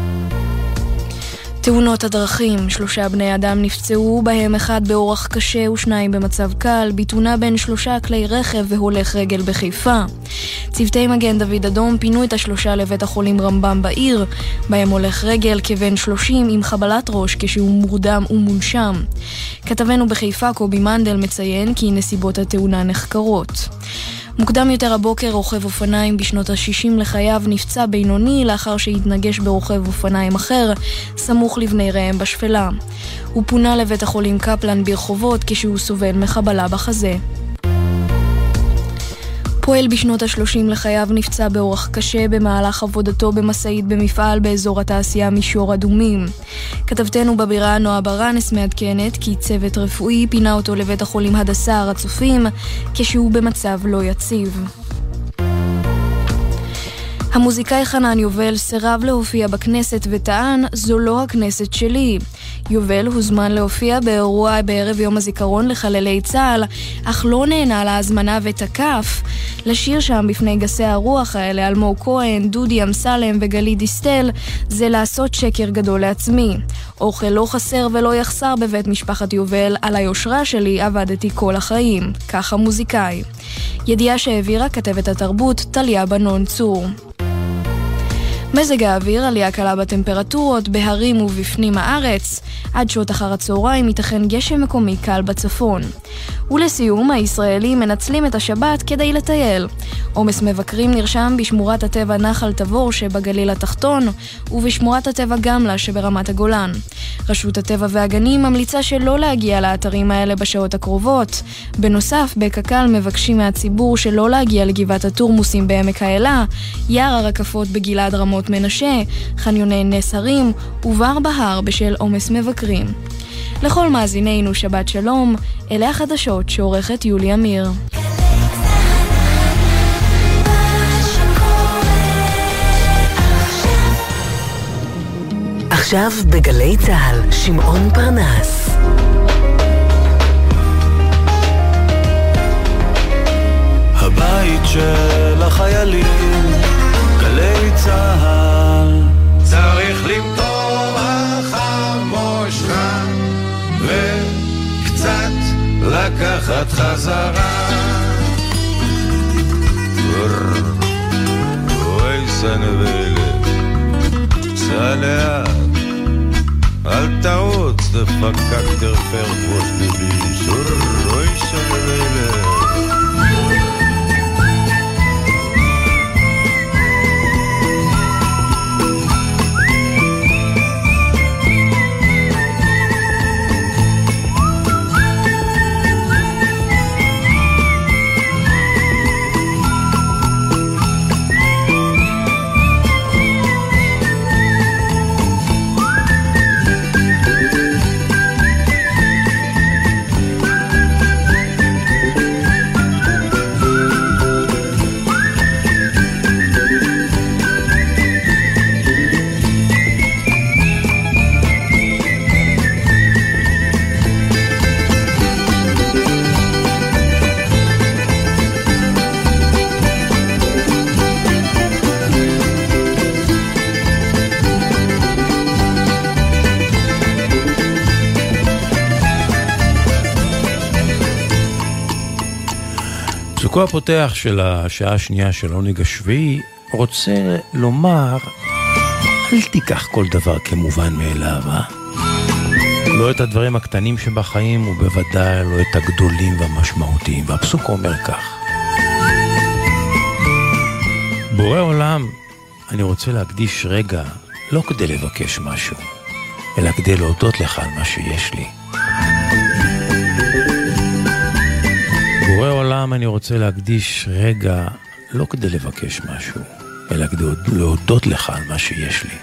תאונות הדרכים, 3 בני אדם נפצעו, בהם 1 באורח קשה ו2 במצב קל, בתאונה בין 3 כלי רכב והולך רגל בחיפה. צוותי מגן דוד אדום פינו את 3 לבית החולים רמב"ם בעיר, בהם הולך רגל כבן 30 עם חבלת ראש כשהוא מורדם ומונשם. כתבנו בחיפה קובי מנדל מציין כי נסיבות התאונה נחקרות. מוקדם יותר הבוקר רוכב אופניים בשנות ה-60 לחייו נפצע בינוני לאחר שהתנגש ברוכב אופניים אחר סמוך לבני ראם בשפלה. הוא פונה לבית החולים קפלן ברחובות כשהוא סובל מחבלה בחזה. פועל בשנות ה-30 לחייו נפצע באורח קשה במהלך עבודתו במשאית במפעל באזור התעשייה מישור אדומים. כתבתנו בבירה נועה ברנס מעדכנת כי צוות רפואי פינה אותו לבית החולים הדסה הר הצופים כשהוא במצב לא יציב. המוזיקאי חנן יובל סירב להופיע בכנסת וטען, זו לא הכנסת שלי. יובל הוזמן להופיע באירוע בערב יום הזיכרון לחללי צה"ל, אך לא נהנה להזמנה ותקף. לשיר שם בפני גסי הרוח האלה, אלמוג כהן, דודי אמסלם וגלי דיסטל, זה לעשות שקר גדול לעצמי. אוכל לא חסר ולא יחסר בבית משפחת יובל, על היושרה שלי עבדתי כל החיים. כך המוזיקאי. ידיעה שהעבירה כתבת התרבות טליה בנון צור. מזג האוויר, עלייה קלה בטמפרטורות, בהרים ובפנים הארץ. עד שעות אחר הצהריים ייתכן גשם מקומי קל בצפון. ולסיום, הישראלים מנצלים את השבת כדי לטייל. עומס מבקרים נרשם בשמורת הטבע נחל תבור שבגליל התחתון, ובשמורת הטבע גמלה שברמת הגולן. רשות הטבע והגנים ממליצה שלא להגיע לאתרים האלה בשעות הקרובות. בנוסף, בקק"ל מבקשים מהציבור שלא להגיע לגבעת התורמוסים בעמק האלה, יער הרקפות בגלעד רמות מנשה, חניוני נס הרים ובר בהר בשל עומס מבקרים. לכל מאזינינו שבת שלום, אלה החדשות שעורכת יולי אמיר. עכשיו בגלי צהל, שמעון פרנס. הבית של החיילים, גלי צהל. צריך למטור החמושך וקצת לקחת חזרה. אוי סנבלה, סע לאט, אל תעוץ, דפקק תרפר תבוש דביש. אוי סנבלה. פסוקו הפותח של השעה השנייה של עונג השביעי רוצה לומר, אל תיקח כל דבר כמובן מאליו, לא את הדברים הקטנים שבחיים ובוודאי לא את הגדולים והמשמעותיים. והפסוק אומר כך: בורא עולם, אני רוצה להקדיש רגע לא כדי לבקש משהו, אלא כדי להודות לך על מה שיש לי. בורא עולם, אני רוצה להקדיש רגע לא כדי לבקש משהו, אלא כדי להודות לך על מה שיש לי.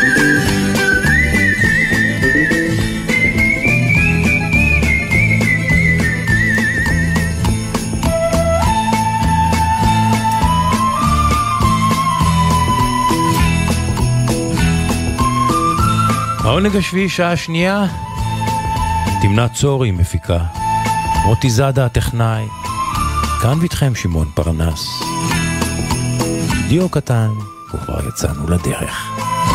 העונג השביעי, שעה שנייה, תמנה צורי מפיקה, מוטי זאדה הטכנאי, כאן ביתכם שמעון פרנס. דיו קטן, וכבר יצאנו לדרך.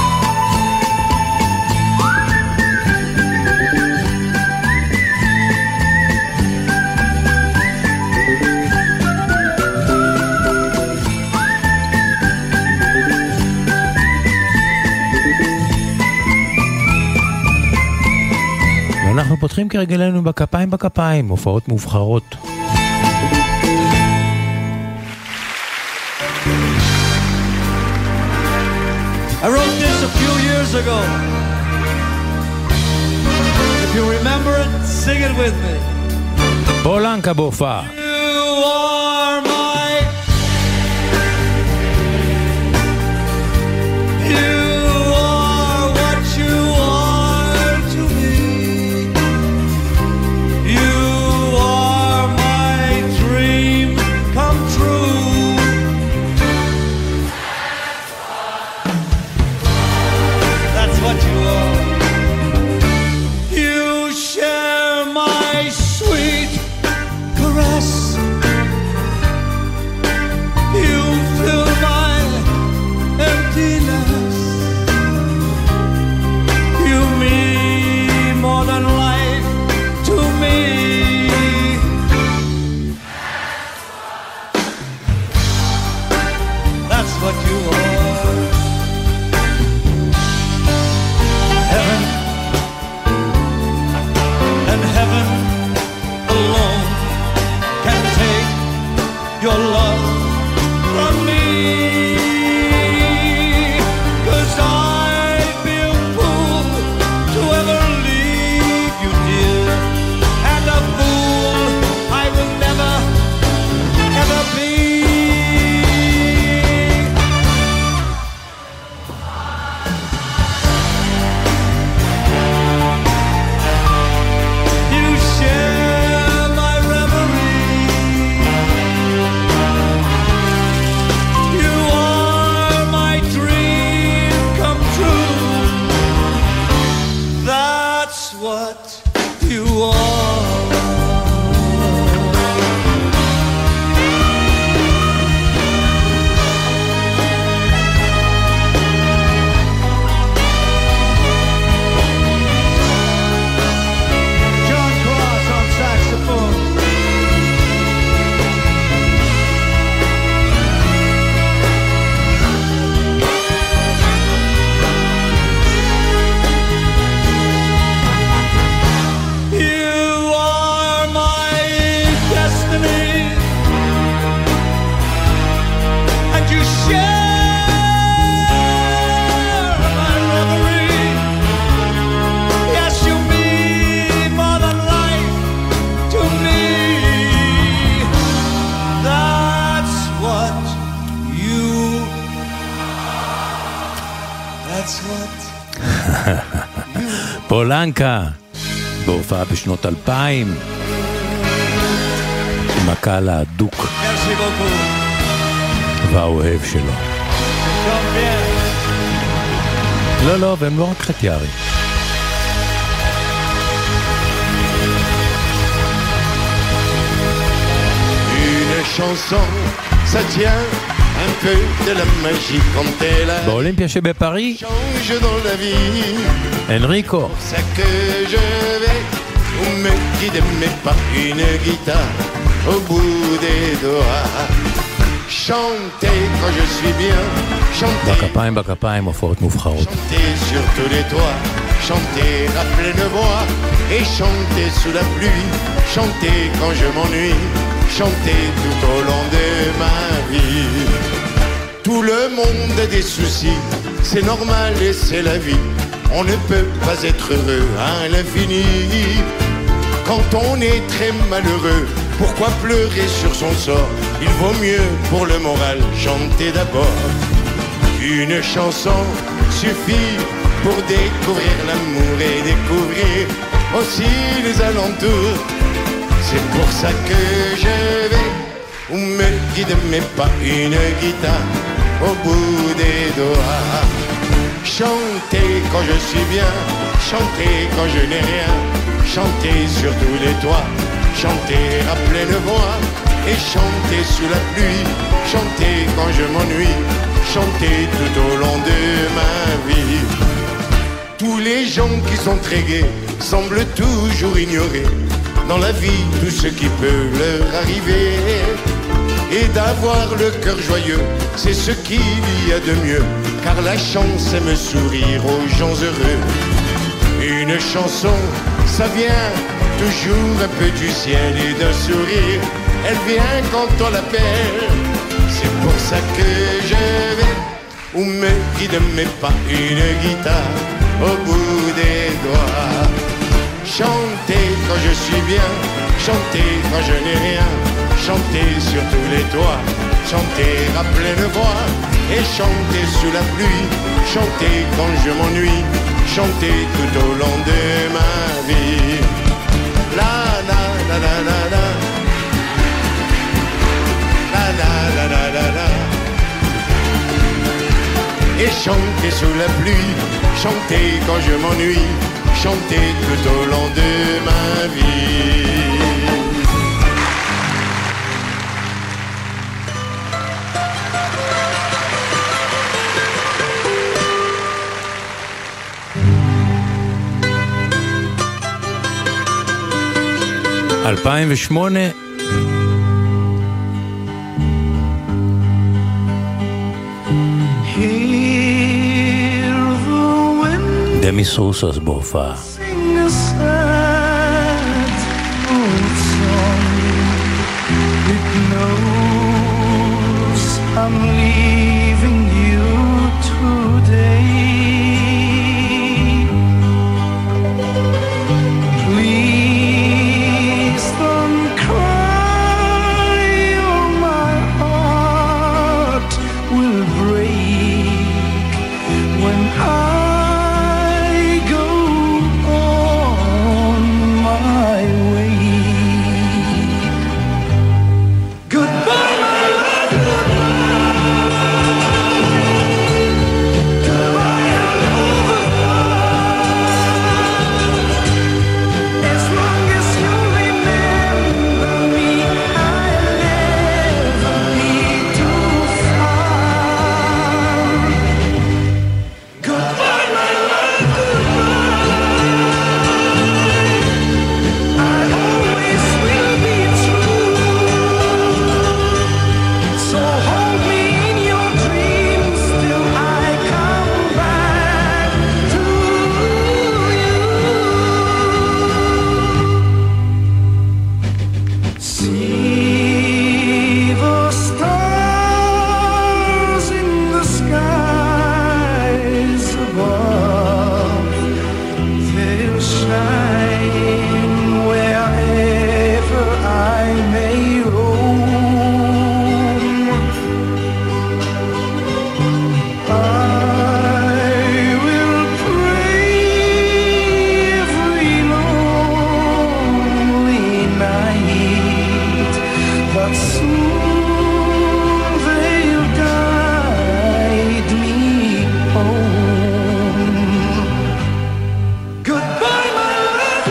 אנחנו פותחים כרגלנו בכפיים, הופעות מובחרות. I wrote this a few years ago. If you remember it, sing it with me. פולנקה בהופעה. You are my... You are what you are to me. You are my dream come true. That's what you are. You share my sweet caress. You fill my emptiness. You mean more than life to me. That's what you are. Heaven and heaven alone can take your love from me. 'Cause I'd be a fool to ever leave you, dear, and a fool I will never, ever be. You share my reverie. You are my dream come true. That's what you are. John Cross on saxophone. You are my destiny, and you share my reverie. Yes, you mean more than life to me. That's what you. That's what. פולנקה, בהופעה בשנות 2000, עם הקהל ההדוק Merci beaucoup. והאוהב שלו. Chante bien. לא, והם לא רק חתיארים. Une chanson, ça tient un peu de la magie quand elle a באולימפיה שבפריז, change dans la vie. אנריקו. C'est que je vais me guider mes pas, une guitare au bout des doigts. Chanter quand je suis bien, chanter, בכפיים, הופעות מובחרות. chanter sur tous les toits, chanter à pleine voix et chanter sous la pluie, chanter quand je m'ennuie, chanter tout au long de ma vie. Tout le monde a des soucis, c'est normal et c'est la vie. On ne peut pas être heureux à l'infini. Quand on est très malheureux, pourquoi pleurer sur son sort? Il vaut mieux pour le moral chanter d'abord. Une chanson suffit pour découvrir l'amour et découvrir aussi les alentours. C'est pour ça que je vais où me guide mes pas une guitare au bout des doigts. Chanter quand je suis bien, chanter quand je n'ai rien, chanter sur tous les toits, chanter à pleine voix et chanter sous la pluie, chanter quand je m'ennuie, chanter tout au long de ma vie. Tous les gens qui sont très gais semblent toujours ignorer dans la vie tout ce qui peut leur arriver. Et d'avoir le cœur joyeux, c'est ce qu'il y a de mieux, car la chance aime sourire aux gens heureux. Une chanson, ça vient toujours un peu du ciel et d'un sourire. Elle vient quand on l'appelle. C'est pour ça que je vais où me guide mes pas une guitare au bout des doigts. Chanter quand je suis bien, chanter quand je n'ai rien, chanter sur tous les toits, chanter à pleine voix et chanter sous la pluie, chanter quand je m'ennuie, chanter tout au long de ma vie. La la la la la la, la la la la la la. Et chanter sous la pluie, chanter quand je m'ennuie, chanter tout au long de ma vie. דמיס רוסוס בהופעה. Sing a sad old song. It knows I'm leaving you today. Please don't cry or my heart will break when I go on my way. Goodbye, my love, goodbye, as long as you remember me, I'll never be too far. Goodbye, my love, I always will be true. So hold me in your dreams till I come back to you. See the stars in the skies above. They'll shine wherever I may roam. I will pray every lonely night, but soon they'll guide me home. Goodbye, my love,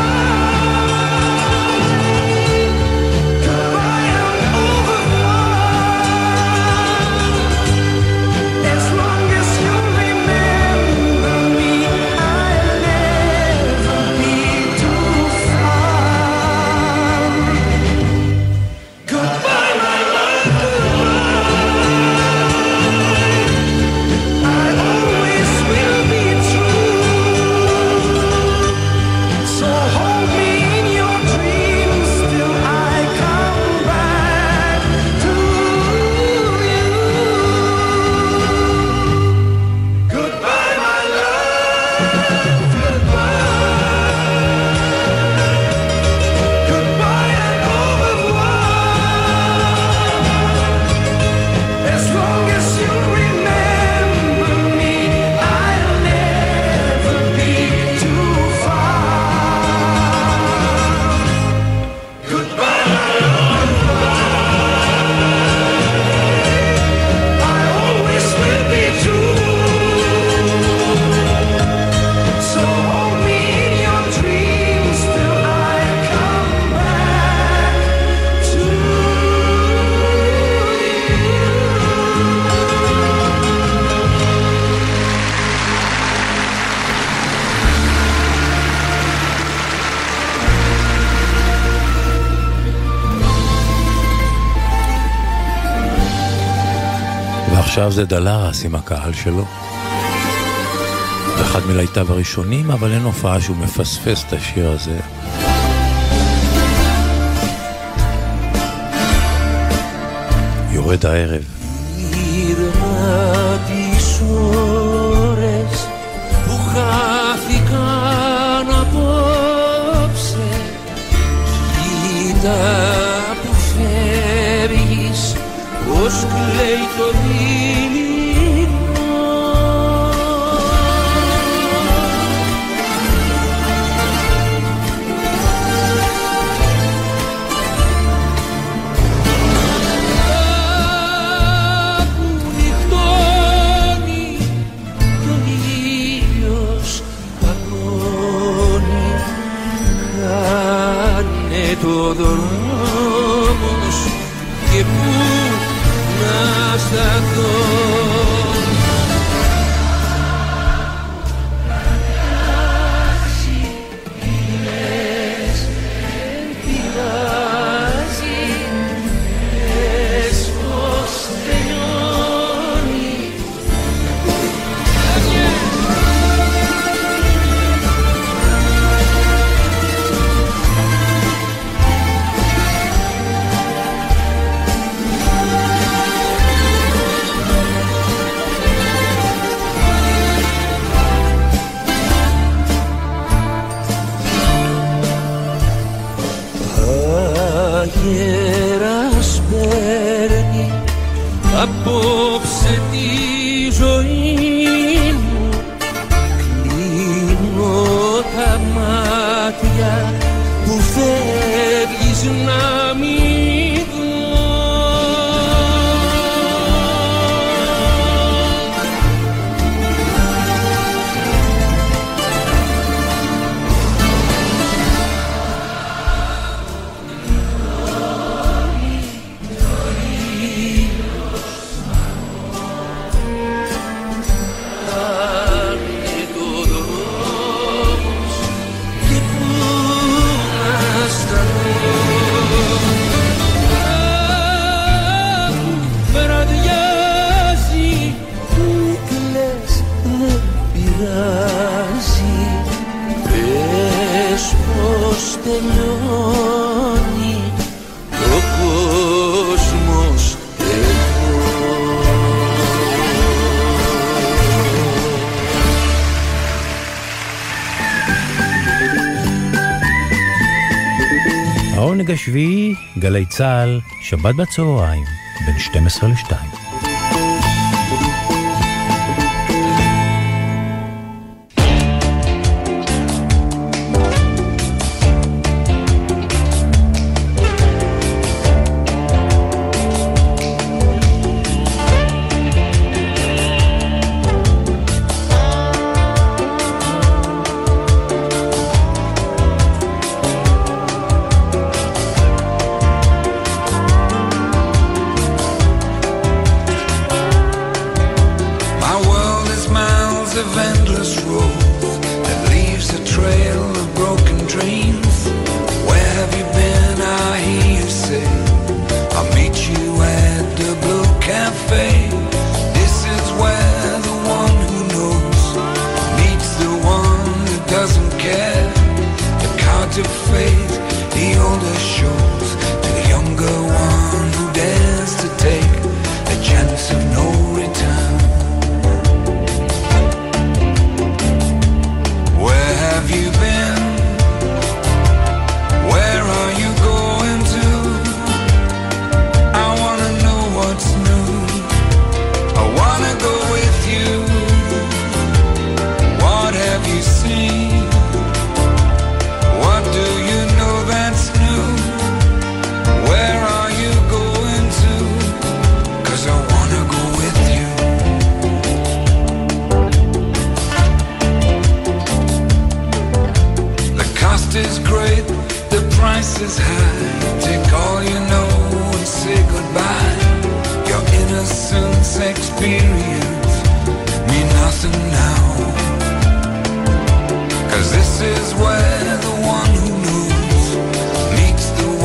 goodbye, I'm over. As long as you remember me, I'll never be too far. Goodbye, my love, I always עכשיו זה דלרס עם הקהל שלו. אחד מלהיטיו הראשונים, אבל אין הופעה שהוא מפספס את השיר הזה. יורד הערב. τις ώρες που χάθηκαν απόψε, κοίτα που φεύγεις πως κλαίει το δειλινό. Το δρόμος και πού να σταθώ. Αγέρας παίρνει απόψε τη ζωή μου, κλείνω τα μάτια που φεύγεις να μην δω. Τελειώνει ο κόσμος εδώ. העונג השביעי, גלי צהל, שבת בצהריים, בין 12 ל-2.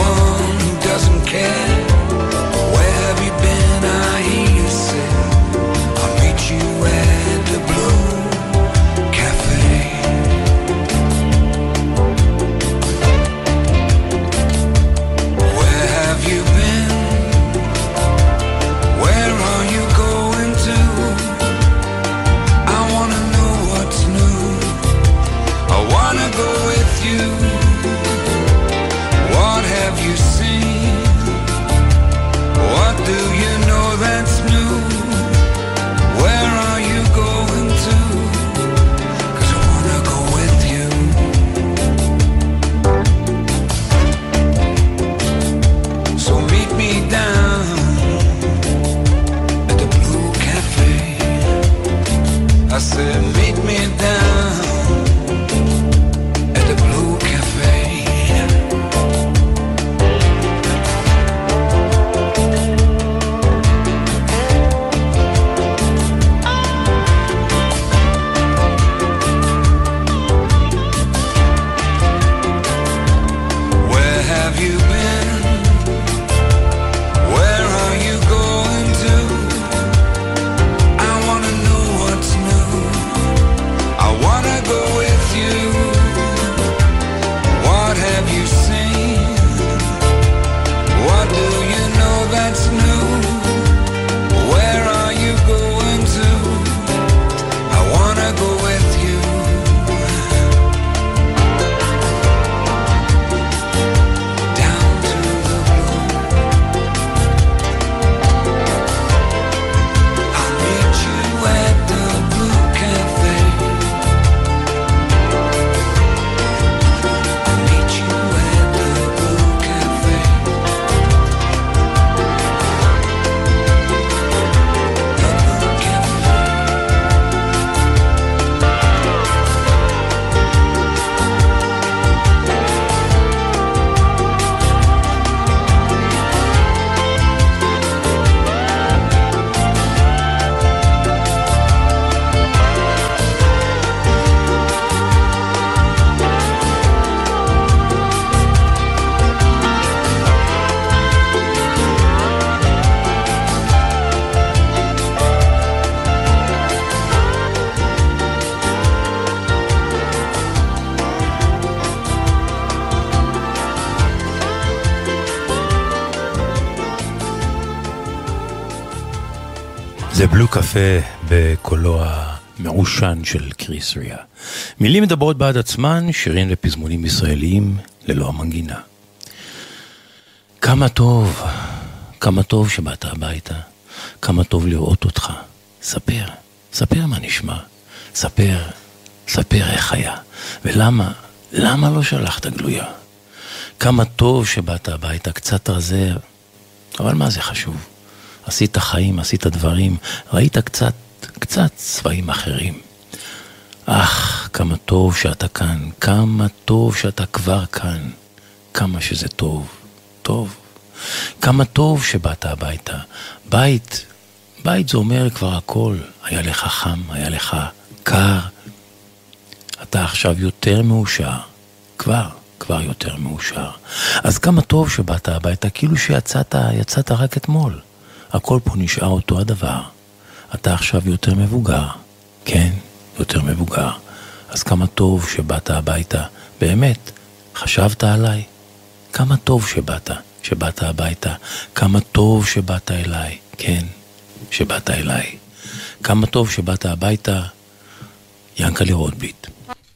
Where have you been? I hear you say meet me down at the Blue Cafe. Where have you been? Where are you going to? I wanna know what's new. I wanna go with you. What have you seen? What do you know that's new? Where are you going to? I wanna go with you. Down to the blue. I'll meet you at the Blue Cafe. I'll meet you at the Blue Cafe. The Blue Cafe. זה בלו קפה בקולו המעושן של קריס ריה. מילים מדברות בעד עצמן, שירים ופזמונים ישראליים ללא המנגינה. כמה טוב שבאת הביתה, כמה טוב לראות אותך. ספר מה נשמע, ספר איך היה, ולמה לא שלחת גלויה. כמה טוב שבאת הביתה, קצת רזה, אבל מה זה חשוב? עשית חיים, עשית דברים, ראית קצת צבעים אחרים. כמה טוב שאתה כאן, כמה טוב שאתה כבר כאן, כמה שזה טוב. כמה טוב שבאת הביתה. בית זה אומר כבר הכל. היה לך חם, היה לך קר. אתה עכשיו יותר מאושר. כבר יותר מאושר. אז כמה טוב שבאת הביתה, כאילו שיצאת רק אתמול. הכל פה נשאר אותו הדבר. אתה עכשיו יותר מבוגר. כן, יותר מבוגר. אז כמה טוב שבאת הביתה. באמת, חשבת עליי? כמה טוב שבאת הביתה. כמה טוב שבאת אליי. כן, שבאת אליי. כמה טוב שבאת הביתה. ינקלה רוטביט.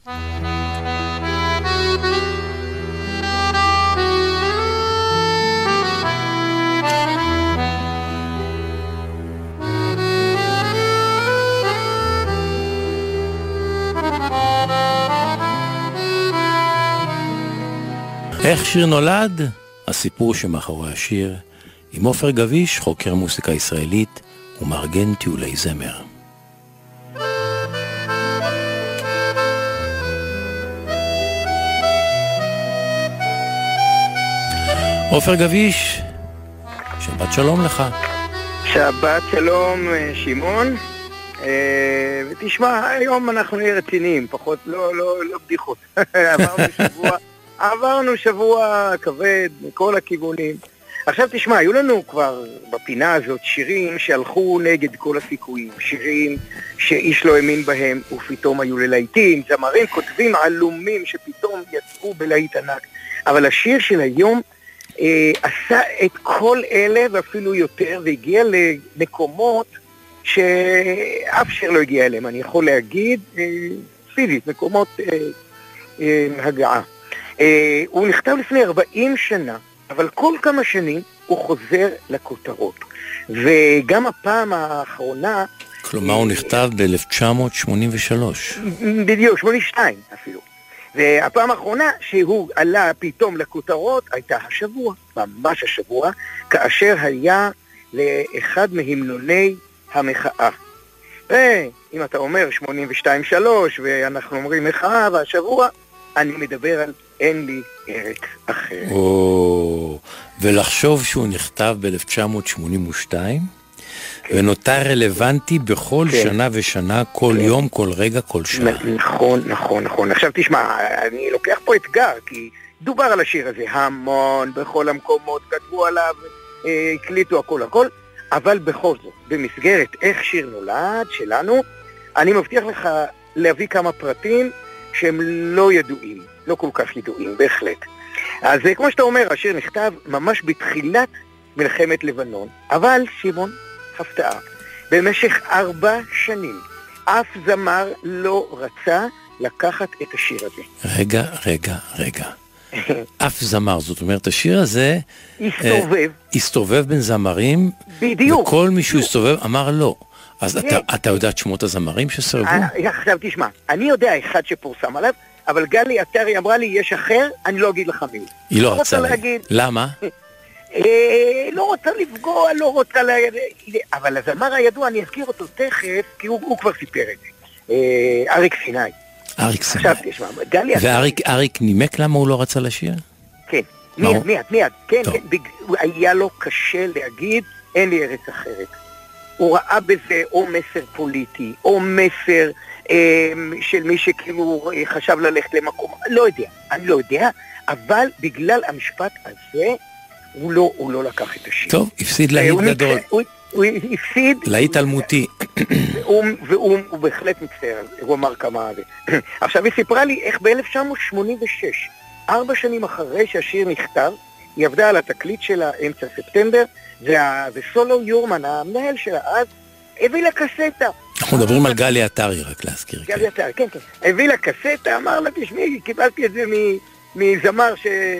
איך שיר נולד? הסיפור שמאחורי השיר, עם עופר גביש, חוקר מוסיקה ישראלית ומארגן טיולי זמר. עופר גביש, שבת שלום לך. שבת שלום שמעון. ותשמע, היום אנחנו נהיה רציניים, פחות לא בדיחות. עברנו שבוע כבד מכל הכיוונים. עכשיו תשמע, היו לנו כבר בפינה הזאת שירים שהלכו נגד כל הסיכויים, שירים שאיש לא האמין בהם ופתאום היו ללהיטים, זמרים כותבים עלומים שפתאום יצאו בלהיט ענק. אבל השיר של היום עשה את כל אלה ואפילו יותר, והגיע למקומות שאף שיר לא הגיע אליהם, אני יכול להגיד פיזית, מקומות הגעה. הוא נכתב לפני 40 שנה, אבל כל כמה שנים הוא חוזר לכותרות. וגם הפעם האחרונה... כלומר הוא נכתב ב-1983. בדיוק, 82 אפילו. והפעם האחרונה שהוא עלה פתאום לכותרות הייתה השבוע, ממש השבוע, כאשר היה לאחד מהמנוני המחאה. אם אתה אומר 82-3 ואנחנו אומרים מחאה והשבוע, אני מדבר על אין לי ארץ אחרת. ולחשוב שהוא נכתב ב-1982, ונותר רלוונטי בכל שנה ושנה, כל יום, כל רגע, כל שעה. נכון. עכשיו תשמע, אני לוקח פה אתגר, כי דובר על השיר הזה המון, בכל המקומות, כתבו עליו, הקליטו הכל, אבל בכל זאת, במסגרת איך שיר נולד שלנו, אני מבטיח לך להביא כמה פרטים שהם לא ידועים, לא כל כך ידועים, בהחלט. אז כמו שאתה אומר, השיר נכתב ממש בתחילת מלחמת לבנון, אבל שמעון, הפתעה, במשך 4 שנים אף זמר לא רצה לקחת את השיר הזה. רגע. אף זמר, זאת אומרת, השיר הזה הסתובב בין זמרים, בדיוק. וכל מישהו הסתובב אמר לא. אז אתה יודע את שמות הזמרים שסרבו? עכשיו תשמע, אני יודע אחד שפורסם עליו, אבל גלי עטרי אמרה לי, יש אחר, אני לא אגיד לך מי. היא לא רצה להגיד. למה? לא רוצה לפגוע, לא רוצה אבל הזמר הידוע, אני אזכיר אותו תכף, כי הוא כבר סיפר את זה. אריק סיני. עכשיו תשמע, גלי עטרי. ואריק נימק למה הוא לא רצה לשיר? כן, מיד. כן, היה לו קשה להגיד, אין לי ארץ אחרת. הוא ראה בזה או מסר פוליטי, או מסר של מי שכאילו חשב ללכת למקום, אני לא יודע, אבל בגלל המשפט הזה, הוא לא לקח את השיר. טוב, הפסיד להיט גדול. הוא הפסיד. להיט אלמותי. והוא בהחלט מצטער, הוא אמר כמה זה. עכשיו היא סיפרה לי איך ב-1986, 4 שנים אחרי שהשיר נכתב, היא עבדה על התקליט שלה אמצע ספטמבר, וסולו יורמן, המנהל שלה אז, הביא לה קסטה. אנחנו מדברים על גלי עטרי, רק להזכיר. גלי עטרי, כן. הביא לה קסטה, אמר לה, תשמעי, קיבלתי את זה מזמר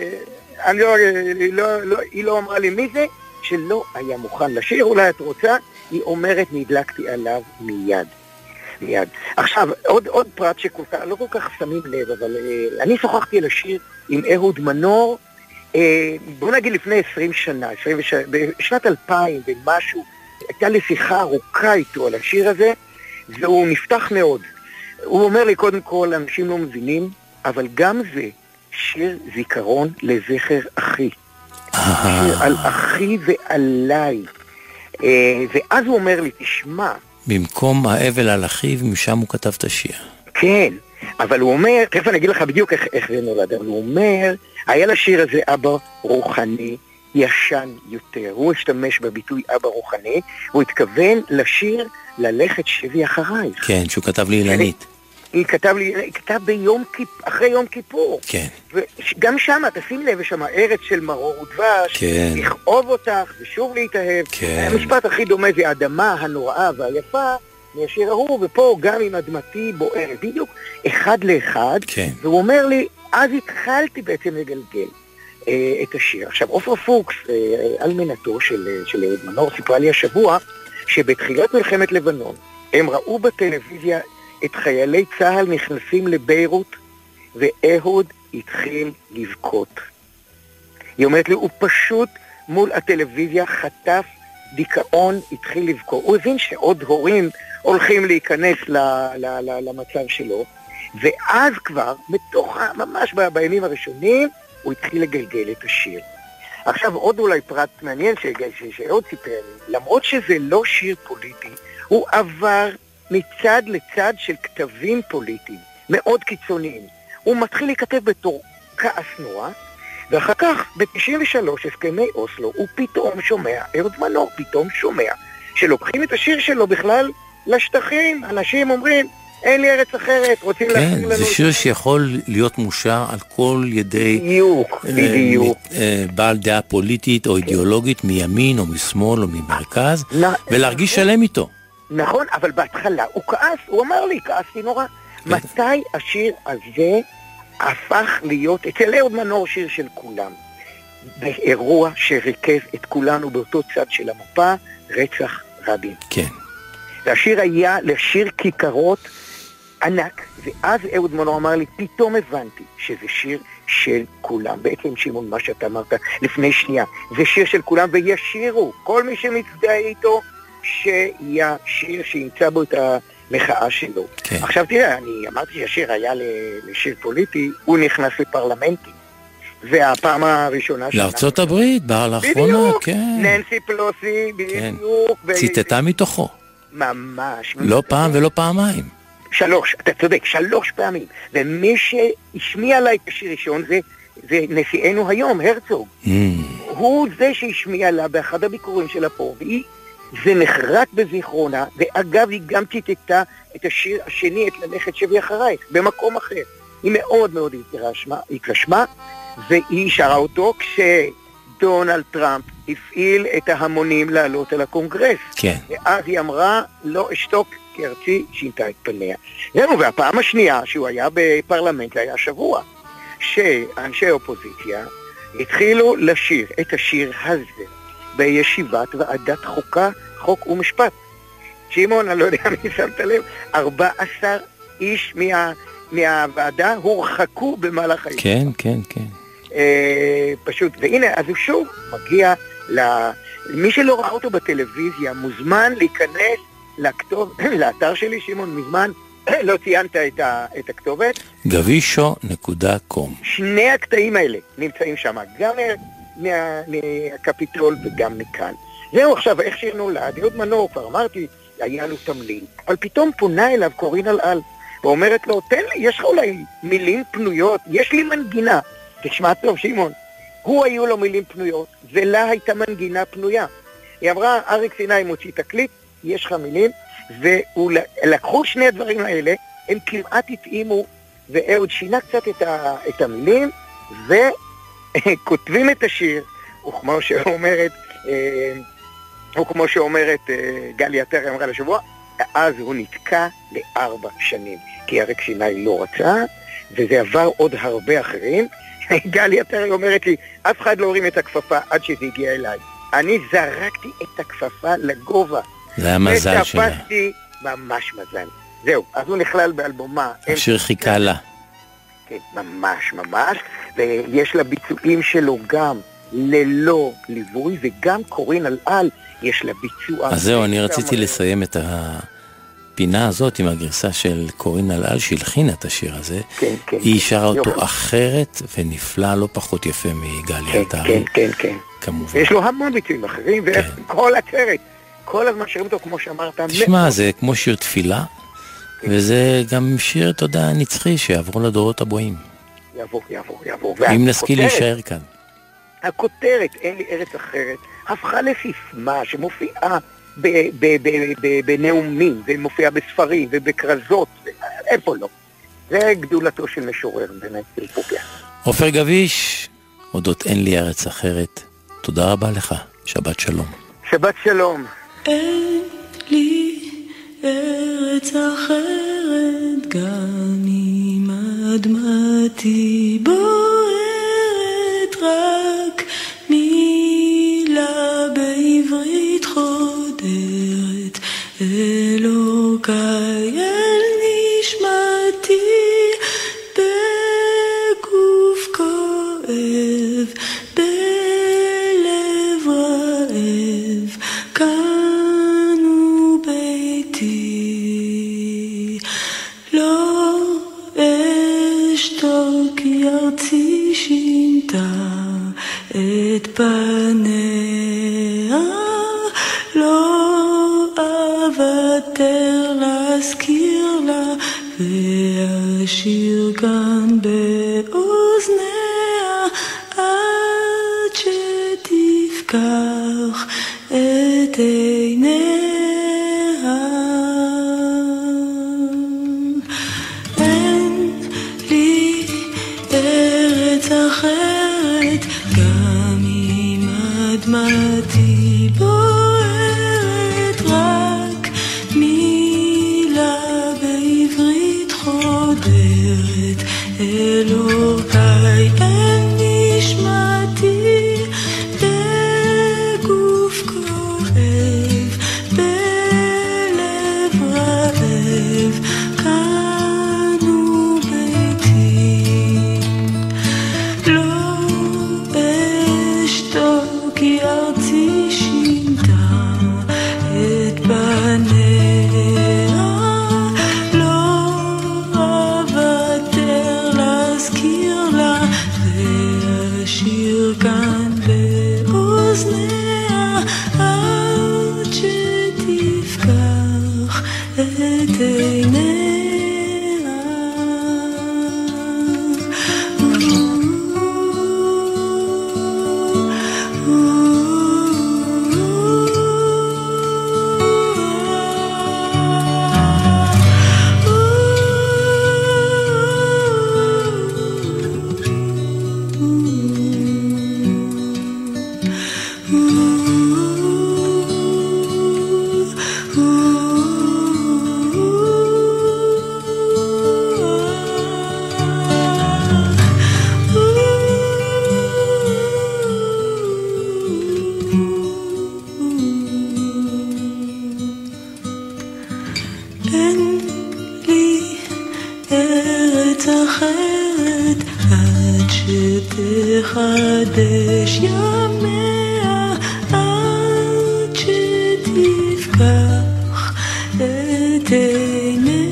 היא לא אמרה לי מי זה, שלא היה מוכן לשיר, אולי את רוצה, היא אומרת, נדלקתי עליו מיד. עכשיו, עוד פרט לא כל כך שמים לב, אבל אני שוחחתי על השיר עם אהוד מנור, בוא נגיד לפני 20 שנה, בשנת 2000 ומשהו, הייתה לי שיחה ארוכה איתו על השיר הזה, והוא נפתח מאוד. הוא אומר לי, קודם כל, אנשים לא מבינים, אבל גם זה שיר זיכרון לזכר אחי. שיר על אחי ועליי. ואז הוא אומר לי, תשמע. במקום האבל על אחיו, משם הוא כתב את השיר. כן, אבל הוא אומר, תכף אני אגיד לך בדיוק איך זה נולד, אבל הוא אומר, היה לשיר הזה אבא רוחני ישן יותר. הוא השתמש בביטוי אבא רוחני, הוא התכוון לשיר ללכת שבי אחריי. כן, שהוא כתב לי אילנית. היא כתב אחרי יום כיפור. כן. וגם שם, תשים לב, יש שם ארץ של מרור ודבש, כן. לכאוב אותך ושוב להתאהב. כן. המשפט הכי דומה זה האדמה הנוראה והיפה מהשיר ההוא, ופה גם עם אדמתי בוערת, בדיוק אחד לאחד. כן. והוא אומר לי, אז התחלתי בעצם לגלגל את השיר. עכשיו, עופרה פוקס, אלמנתו של אהוד מנור, סיפרה לי השבוע, שבתחילת מלחמת לבנון, הם ראו בטלוויזיה את חיילי צהל נכנסים לביירות, ואהוד התחיל לבכות. היא אומרת לי, הוא פשוט מול הטלוויזיה חטף דיכאון, התחיל לבכות. הוא הבין שעוד הורים הולכים להיכנס למצב שלו, ואז כבר, ממש בימים הראשונים, הוא התחיל לגלגל את השיר. עכשיו עוד אולי פרט מעניין שעוד סיפר לי, למרות שזה לא שיר פוליטי, הוא עבר מצד לצד של כתבים פוליטיים, מאוד קיצוניים. הוא מתחיל להיכתב בתור כעס נורא, ואחר כך, ב-93, הסכמי אוסלו, הוא פתאום שומע, אהוד מנור פתאום שומע, שלוקחים את השיר שלו בכלל לשטחים. אנשים אומרים, אין לי ארץ אחרת, רוצים להחזיר לנו... כן, זה שיר שיכול להיות מושר על כל ידי... בדיוק. בעל דעה פוליטית או אידיאולוגית, מימין או משמאל או ממרכז, ולהרגיש שלם איתו. נכון, אבל בהתחלה הוא כעס, הוא אמר לי, כעסתי נורא. מתי השיר הזה הפך להיות, אצל אהוד מנור שיר של כולם, באירוע שריכז את כולנו באותו צד של המפה, רצח רבין. כן. והשיר היה לשיר כיכרות ענק, ואז אהוד מנור אמר לי, פתאום הבנתי שזה שיר של כולם. בעצם שמעון, מה שאתה אמרת לפני שנייה, זה שיר של כולם, וישירו, כל מי שמזדהה איתו, שיהיה שיר שימצא בו את המחאה שלו. כן. עכשיו תראה, אני אמרתי שהשיר היה לשיר פוליטי, הוא נכנס לפרלמנטים. והפעם הראשונה לארצות הברית, לאחרונה, בדיוק, כן. ננסי פלוסי, בדיוק. ציטטה מתוכו. ממש. לא פעם ולא פעמיים. 3, אתה צודק, 3 פעמים. ומי שהשמיע לה את השיר ראשון זה נשיאנו היום, הרצוג. הוא זה שהשמיע לה באחד הביקורים שלה פה, זה נחרט בזיכרונה, ואגב היא גם ציטטה את השיר השני, את ללכת שבי אחרייך, במקום אחר. היא מאוד מאוד התרשמה, והיא שרה אותו כשדונלד טראמפ הפעיל את ההמונים לעלות על הקונגרס. כן. ואז היא אמרה, לא אשתוק, כי ארצי שינתה את פניה. זהו, והפעם השנייה שהוא היה בפרלמנט, היה שבוע, שאנשי אופוזיציה התחילו לשיר את השיר הזה בישיבת ועדת חוקה, חוק ומשפט. שמעון, אני לא יודע מי שמת לב, 14 איש מהוועדה הורחקו במהלך הישיבה. כן, כן, כן. פשוט, והנה, אז הוא שוב מגיע מי שלא ראה אותו בטלוויזיה, מוזמן להיכנס לאתר שלי, שמעון, מזמן לא ציינת את הכתובת. gavisho.com. שני הקטעים האלה נמצאים שם, גם מהקפיטול וגם מכאן. זהו עכשיו, איך שיר נולד, אהוד מנור, כבר אמרתי, היה לו תמלין, אבל פתאום פונה אליו קורין אלעל, ואומרת לו, תן לי, יש לך אולי מילים פנויות, יש לי מנגינה. תשמע טוב, שמעון, הוא היו לו מילים פנויות, ולה הייתה מנגינה פנויה. היא אמרה, אריק סיני מוציא תקליט, יש לך מילים, ולקחו שני הדברים האלה, הם כמעט התאימו, ואהוד שינה קצת את המילים, וכותבים את השיר, וכמו שאומרת גלי עטרי אמרה לשבוע, אז הוא נתקע ל4 שנים, כי אריק סיני לא רצה, וזה עבר עוד הרבה אחרים. גלי עטרי אומרת לי, אף אחד לא הרים את הכפפה עד שזה הגיע אליי. אני זרקתי את הכפפה לגובה. זה היה מזל שלה. ותפסתי ממש מזל. זהו, אז הוא נכלל באלבומה. השיר חיכה לה. כן, ממש ממש, ויש לה ביצועים שלו גם ללא ליווי, וגם קורין אלעל יש לה ביצוע. אז זהו, אני רציתי לסיים את הפינה הזאת עם הגרסה של קורין אלעל שהלחינה את השיר הזה. כן, כן. היא שרה אותו אחרת ונפלא, לא פחות יפה מגלי עטרי. כן, כן, כן. כמובן. יש לו המון ביצועים אחרים, וכל הצוות, כל הזמן שרים אותו כמו שאמרת. תשמע, זה כמו שיר תפילה, וזה גם שיר, אתה יודע, נצחי, שיעברו לדורות הבאים. יעבור. אם נשכיל להישאר כאן. הכותרת, אין לי ארץ אחרת, הפכה לסיסמה שמופיעה בנאומים, ומופיעה בספרים ובקרזות, איפה לא. זה גדולתו של משורר, באמת, פוגע. עופר גביש, אודות אין לי ארץ אחרת. תודה רבה לך, שבת שלום. שבת שלום. אין לי ארץ אחרת, גם אם אדמתי בוערת, רק מילה בעברית חודרת, אלוקיי אל נשמתי, בגוף כואב, בלב רעב, כאן הוא ביתי. לא אשתוק כי ארצי שינתה את פניה, לא אוותר להזכיר לה ואשיר כאן באוזניה עד שתפקח את עיניה. אין לי ארץ אחרת, גם אם אדמתי בוערת, רק מילה בעברית חודרת, אלוקיי אל נשמתי, בגוף כואב, בלב רעב, כאן הוא ביתי. לא אשתוק כי ארצי שינתה את ארץ אחרת עד שתחדש ימיה, עד שתפקח את עיניה.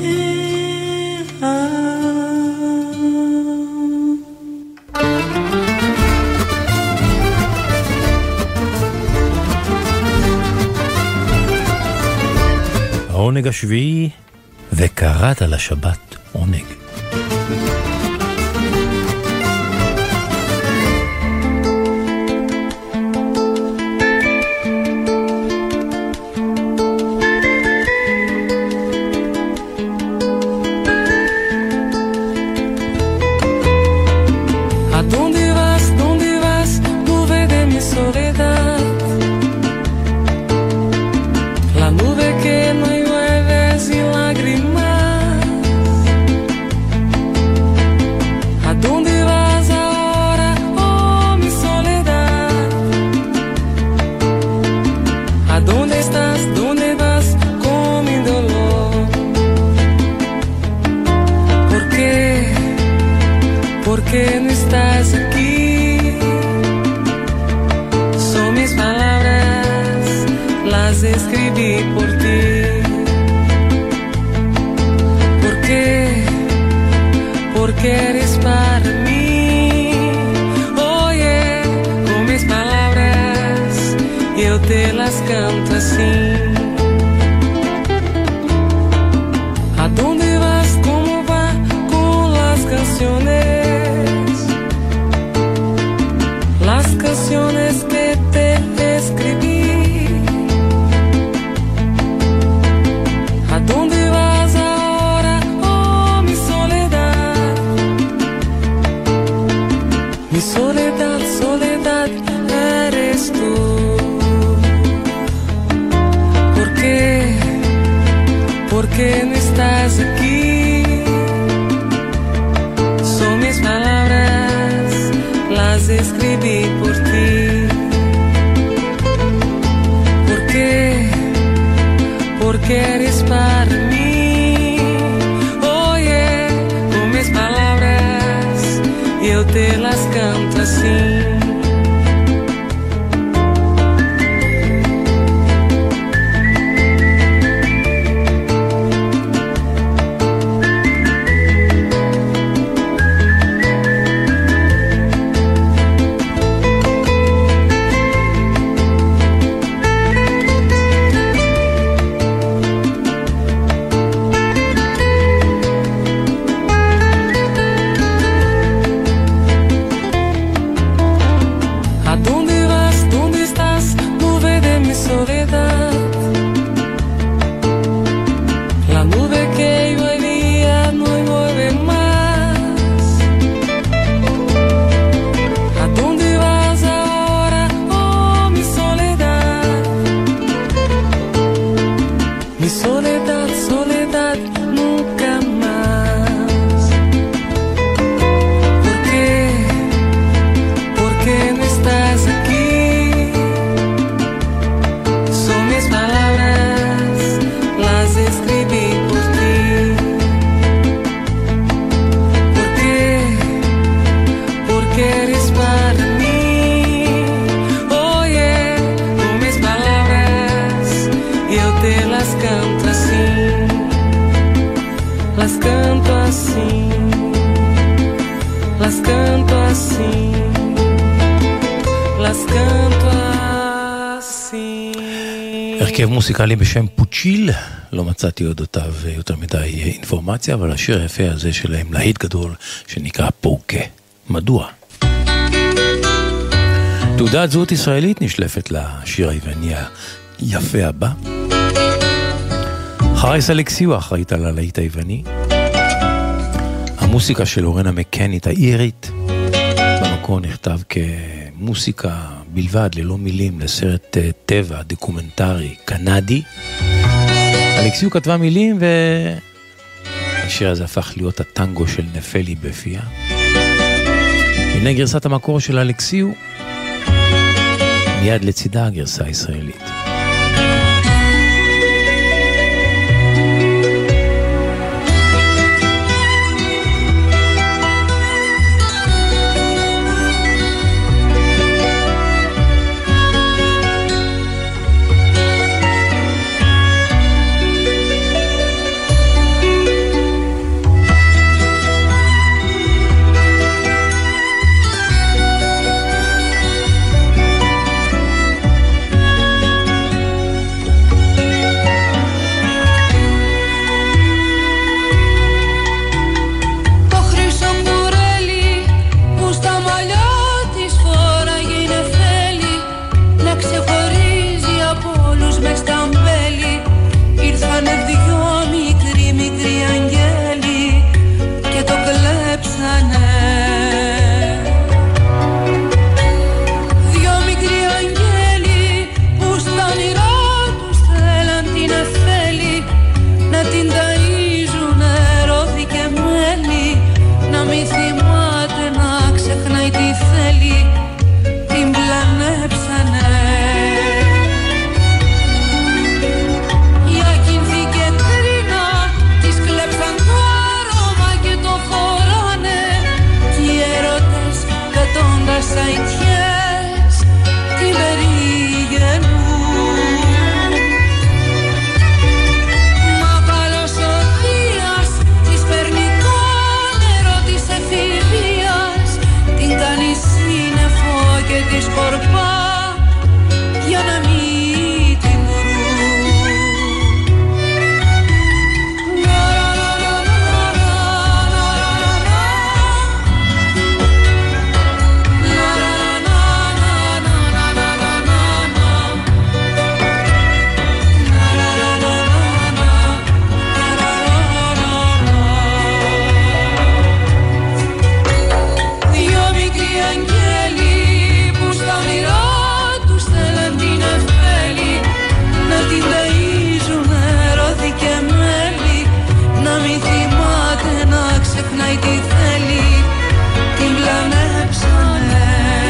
העונג השביעי, וקראת לשבת עונג. הרכב מוסיקלי בשם פוצ'יל, לא מצאתי עוד אותיו יותר מדי אינפורמציה, אבל השיר היפה הזה שלהם להיט גדול שנקרא פוקה. מדוע? תעודת זהות ישראלית נשלפת לשיר היווני היפה הבא. חריס אלכסיו אחראית על הלהיט היווני. המוסיקה של אורנה מקנית האירית במקור נכתב כמוסיקה בלבד, ללא מילים, לסרט טבע דוקומנטרי קנדי. אלכסיו כתבה מילים והשיר הזה הפך להיות הטנגו של נפלי בפיה. הנה גרסת המקור של אלכסיו, מיד לצידה הגרסה הישראלית. παρασαϊτιές την περιγενούν. Μα καλός ο Δίας της παίρνει το νερό της εφηβείας, την κάνει σύννεφο και τη σκορπά για να μην την βρουν. Δυο μικροί αγγέλοι που στα όνειρά τους θέλουν την εφέλη, να την ταΐζουνε ρόδι και μέλι, να μην θυμάται να ξεχνάει τι θέλει, την πλανέψανε.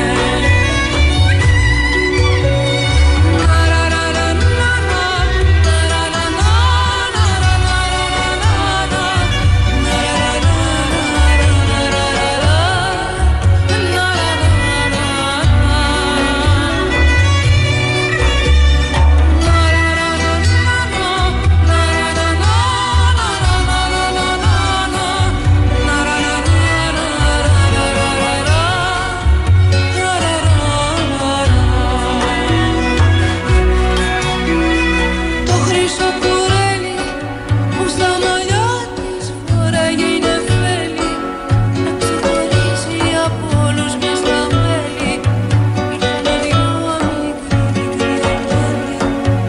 Το χρυσό κουρέλι που στα μαλλιά της φοράγε η νεφέλη, να ξεχωρίζει από όλους μες τα μέλη, για να δει μια μικρή αγγέλη.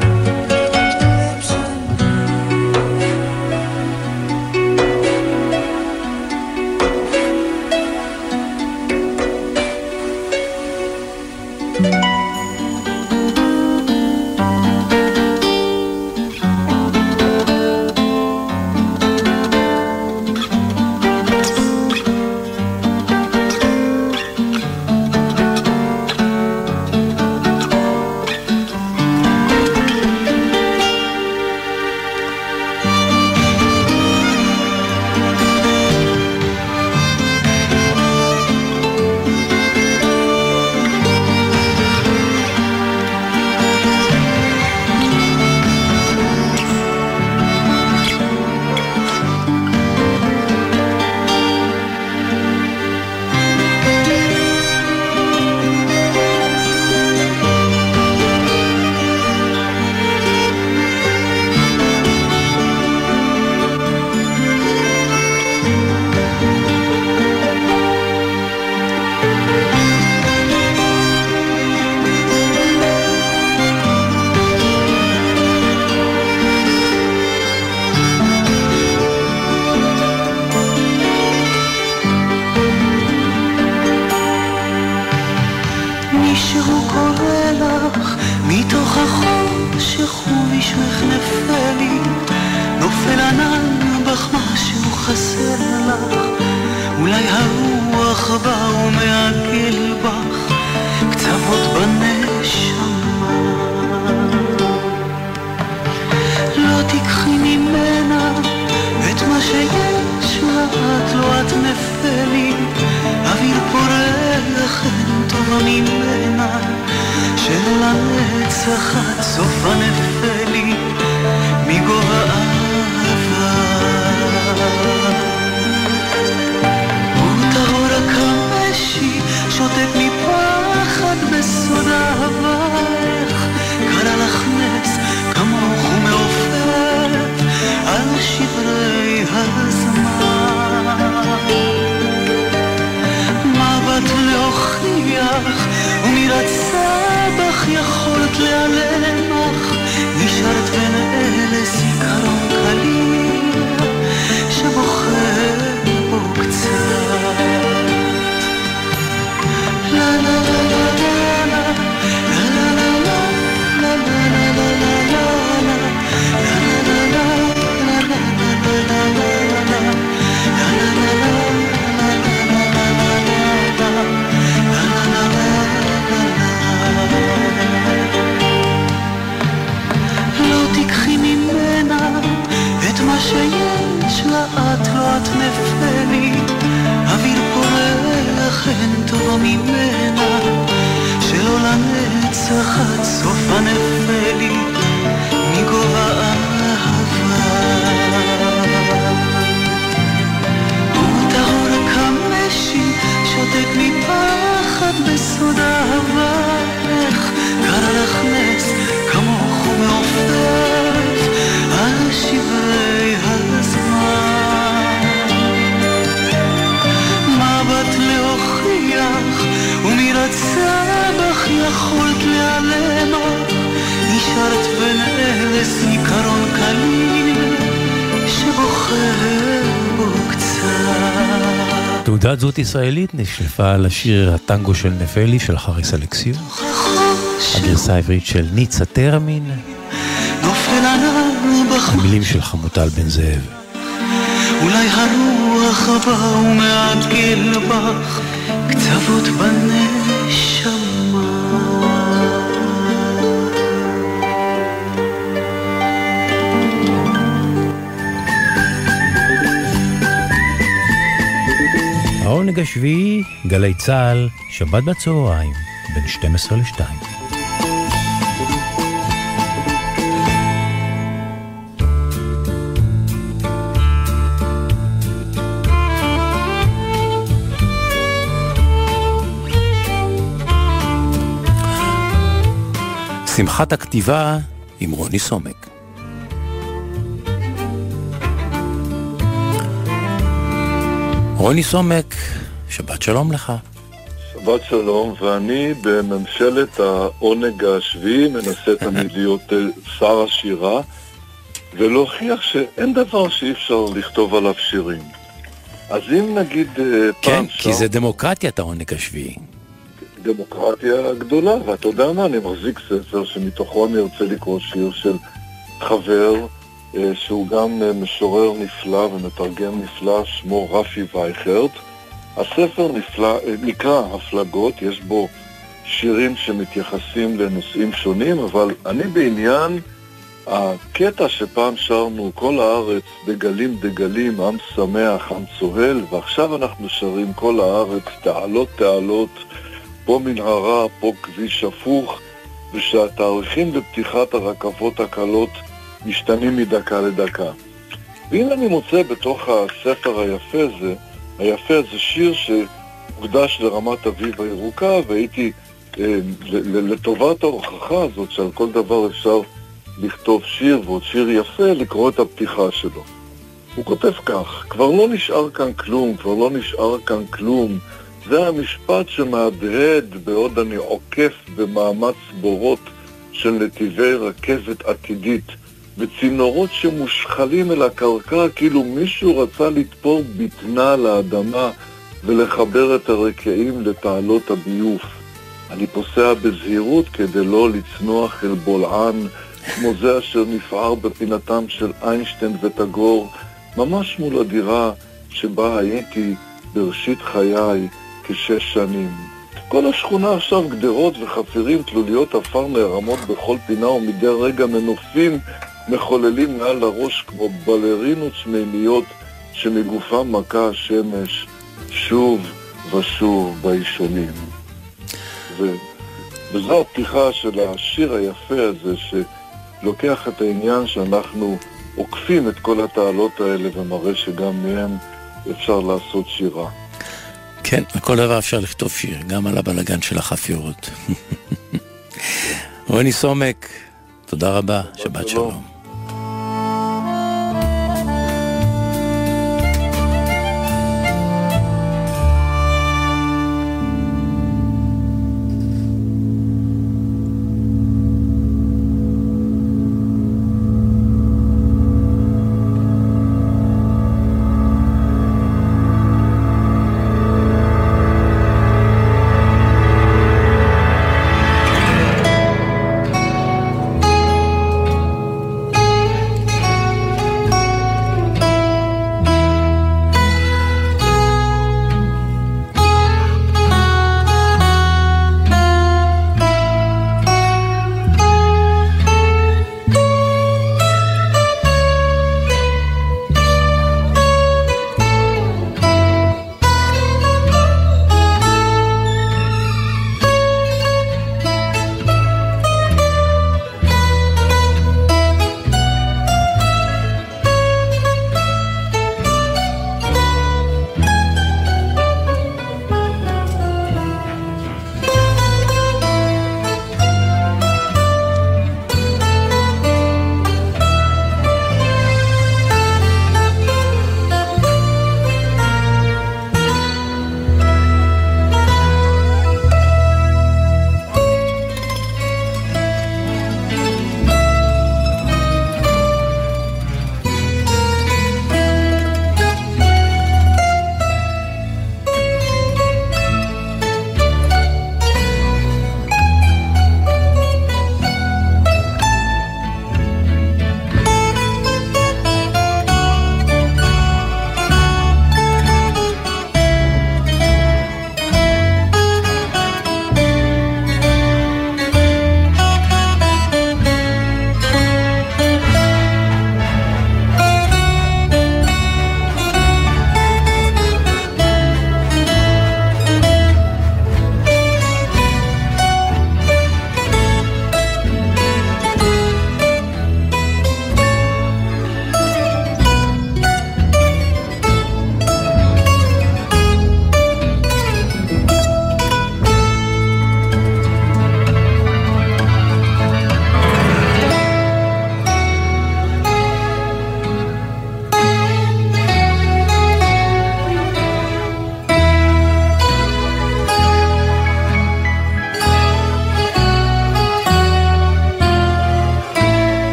מישהו קורא לך מתוך החושך ובשמך נפלי, נופל ענן בך משהו חסר לך, אולי הרוח בא ומעגל בך קצוות בנשמה. לא תיקחי ממנה את מה שיש לה, את לא את נפלי, אוויר פורח אין טובה ממנה, שלא לנצח עד סוף הנפלי מגובה אהבה. הוא טהור כמשי שותק מפחד בסוד אהבך, קרה לך נס כמוך ומעופף על שברי הזמן. מבט להוכיח ומי רצה בך יכולת להיעלמך, נשארת בין אלה זיכרון קליל שבוחר בו קצת. לה לה לה לה לה לה לה לה לה לה לא תיקחי יכולת להיעלם, נשארת בין אלה זיכרון קליל שבוחר בו קצת. תעודת זהות ישראלית נשלפה על השיר הטנגו של נפלי של חריס אלכסיו, הגרסה העברית של ניצה טרמין, המילים של חמוטל בן זאב. אולי הרוח הבא ומעגל בך קצוות בנשמה. העונג השביעי, גלי צהל, שבת בצהריים, בין 12 ל-2. שמחת הכתיבה עם רוני סומק. רוני סומק, שבת שלום לך. שבת שלום, ואני בממשלת העונג השביעי מנסה תמיד להיות שר השירה ולהוכיח שאין דבר שאי אפשר לכתוב עליו שירים. אז אם נגיד כן, כי זה דמוקרטיית העונג השביעי. דמוקרטיה גדולה, ואתה יודע מה, אני מחזיק ספר שמתוכו אני רוצה לקרוא שיר של חבר שהוא גם משורר נפלא ומתרגם נפלא, שמו רפי וייכרט. הספר נקרא הפלגות, יש בו שירים שמתייחסים לנושאים שונים, אבל אני בעניין הקטע שפעם שרנו כל הארץ דגלים דגלים, עם שמח, עם צוהל, ועכשיו אנחנו שרים כל הארץ תעלות תעלות, פה מנהרה, פה כביש הפוך, ושהתאריכים לפתיחת הרכבות הקלות משתנים מדקה לדקה. והנה אני מוצא בתוך הספר היפה זה שיר שהוקדש לרמת אביב הירוקה, והייתי לטובת ההוכחה הזאת שעל כל דבר אפשר לכתוב שיר, ועוד שיר יפה, לקרוא את הפתיחה שלו. הוא כותב כך: כבר לא נשאר כאן כלום, כבר לא נשאר כאן כלום. זה המשפט שמהדהד בעוד אני עוקף במאמץ בורות של נתיבי רכבת עתידית, בצינורות שמושחלים אל הקרקע, כאילו מישהו רצה לתפור בטנה לאדמה ולחבר את הרקעים לתעלות הביוף. אני פוסע בזהירות כדי לא לצנוח אל בולען, כמו זה אשר נפער בפינתם של איינשטיין ותגור, ממש מול הדירה שבה הייתי בראשית חיי כ6 שנים. כל השכונה עכשיו גדרות וחפירים, תלוליות אפר נערמות בכל פינה, ומדי רגע מנופים מחוללים מעל הראש כמו בלרינות שמימיות שמגופם מכה השמש שוב ושוב בישונים. וזו הפתיחה של השיר היפה הזה שלוקח את העניין שאנחנו עוקפים את כל התעלות האלה ומראה שגם מהם אפשר לעשות שירה. כן, לכל דבר אפשר לכתוב שיר, גם על הבלגן של החפירות. רוני סומק, תודה רבה, שבת שלום.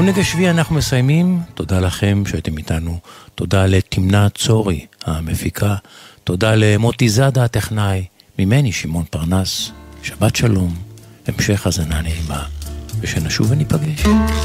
לעונג השביעי אנחנו מסיימים. תודה לכם שהייתם איתנו. תודה לתמנה צורי המפיקה. תודה למוטי זאדה הטכנאי. ממני שמעון פרנס. שבת שלום. המשך הזנה נעימה. ושנשוב וניפגש.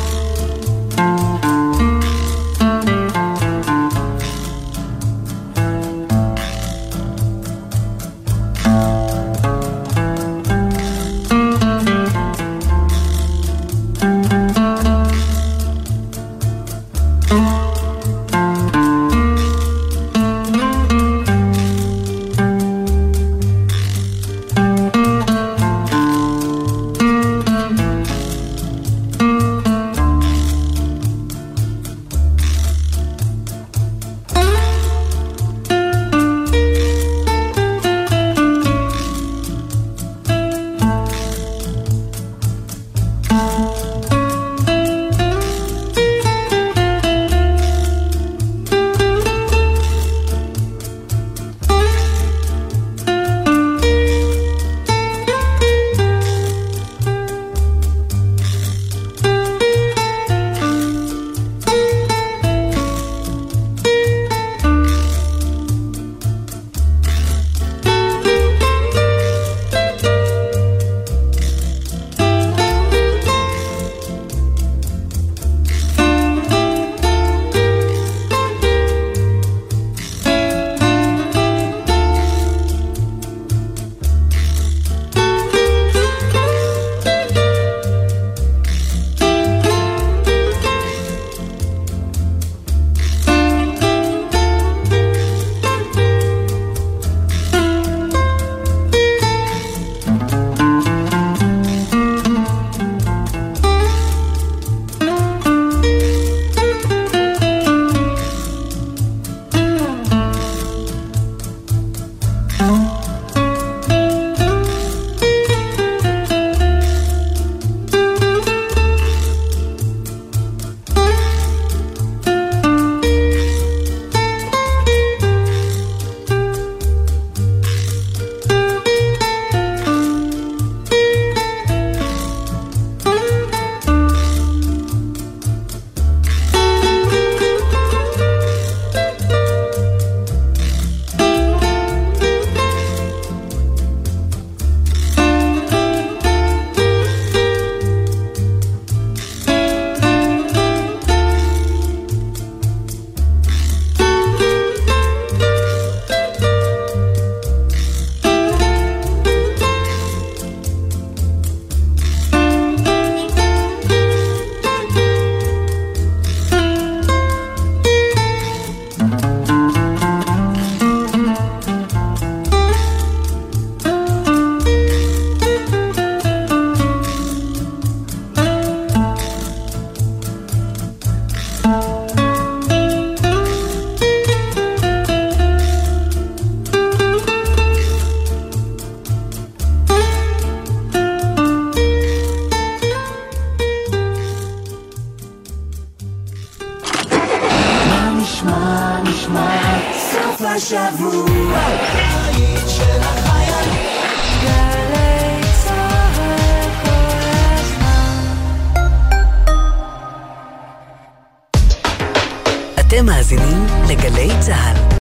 השבוע, היית של החיילים. גלי צהל כל הזמן. אתם מאזינים לגלי צהל.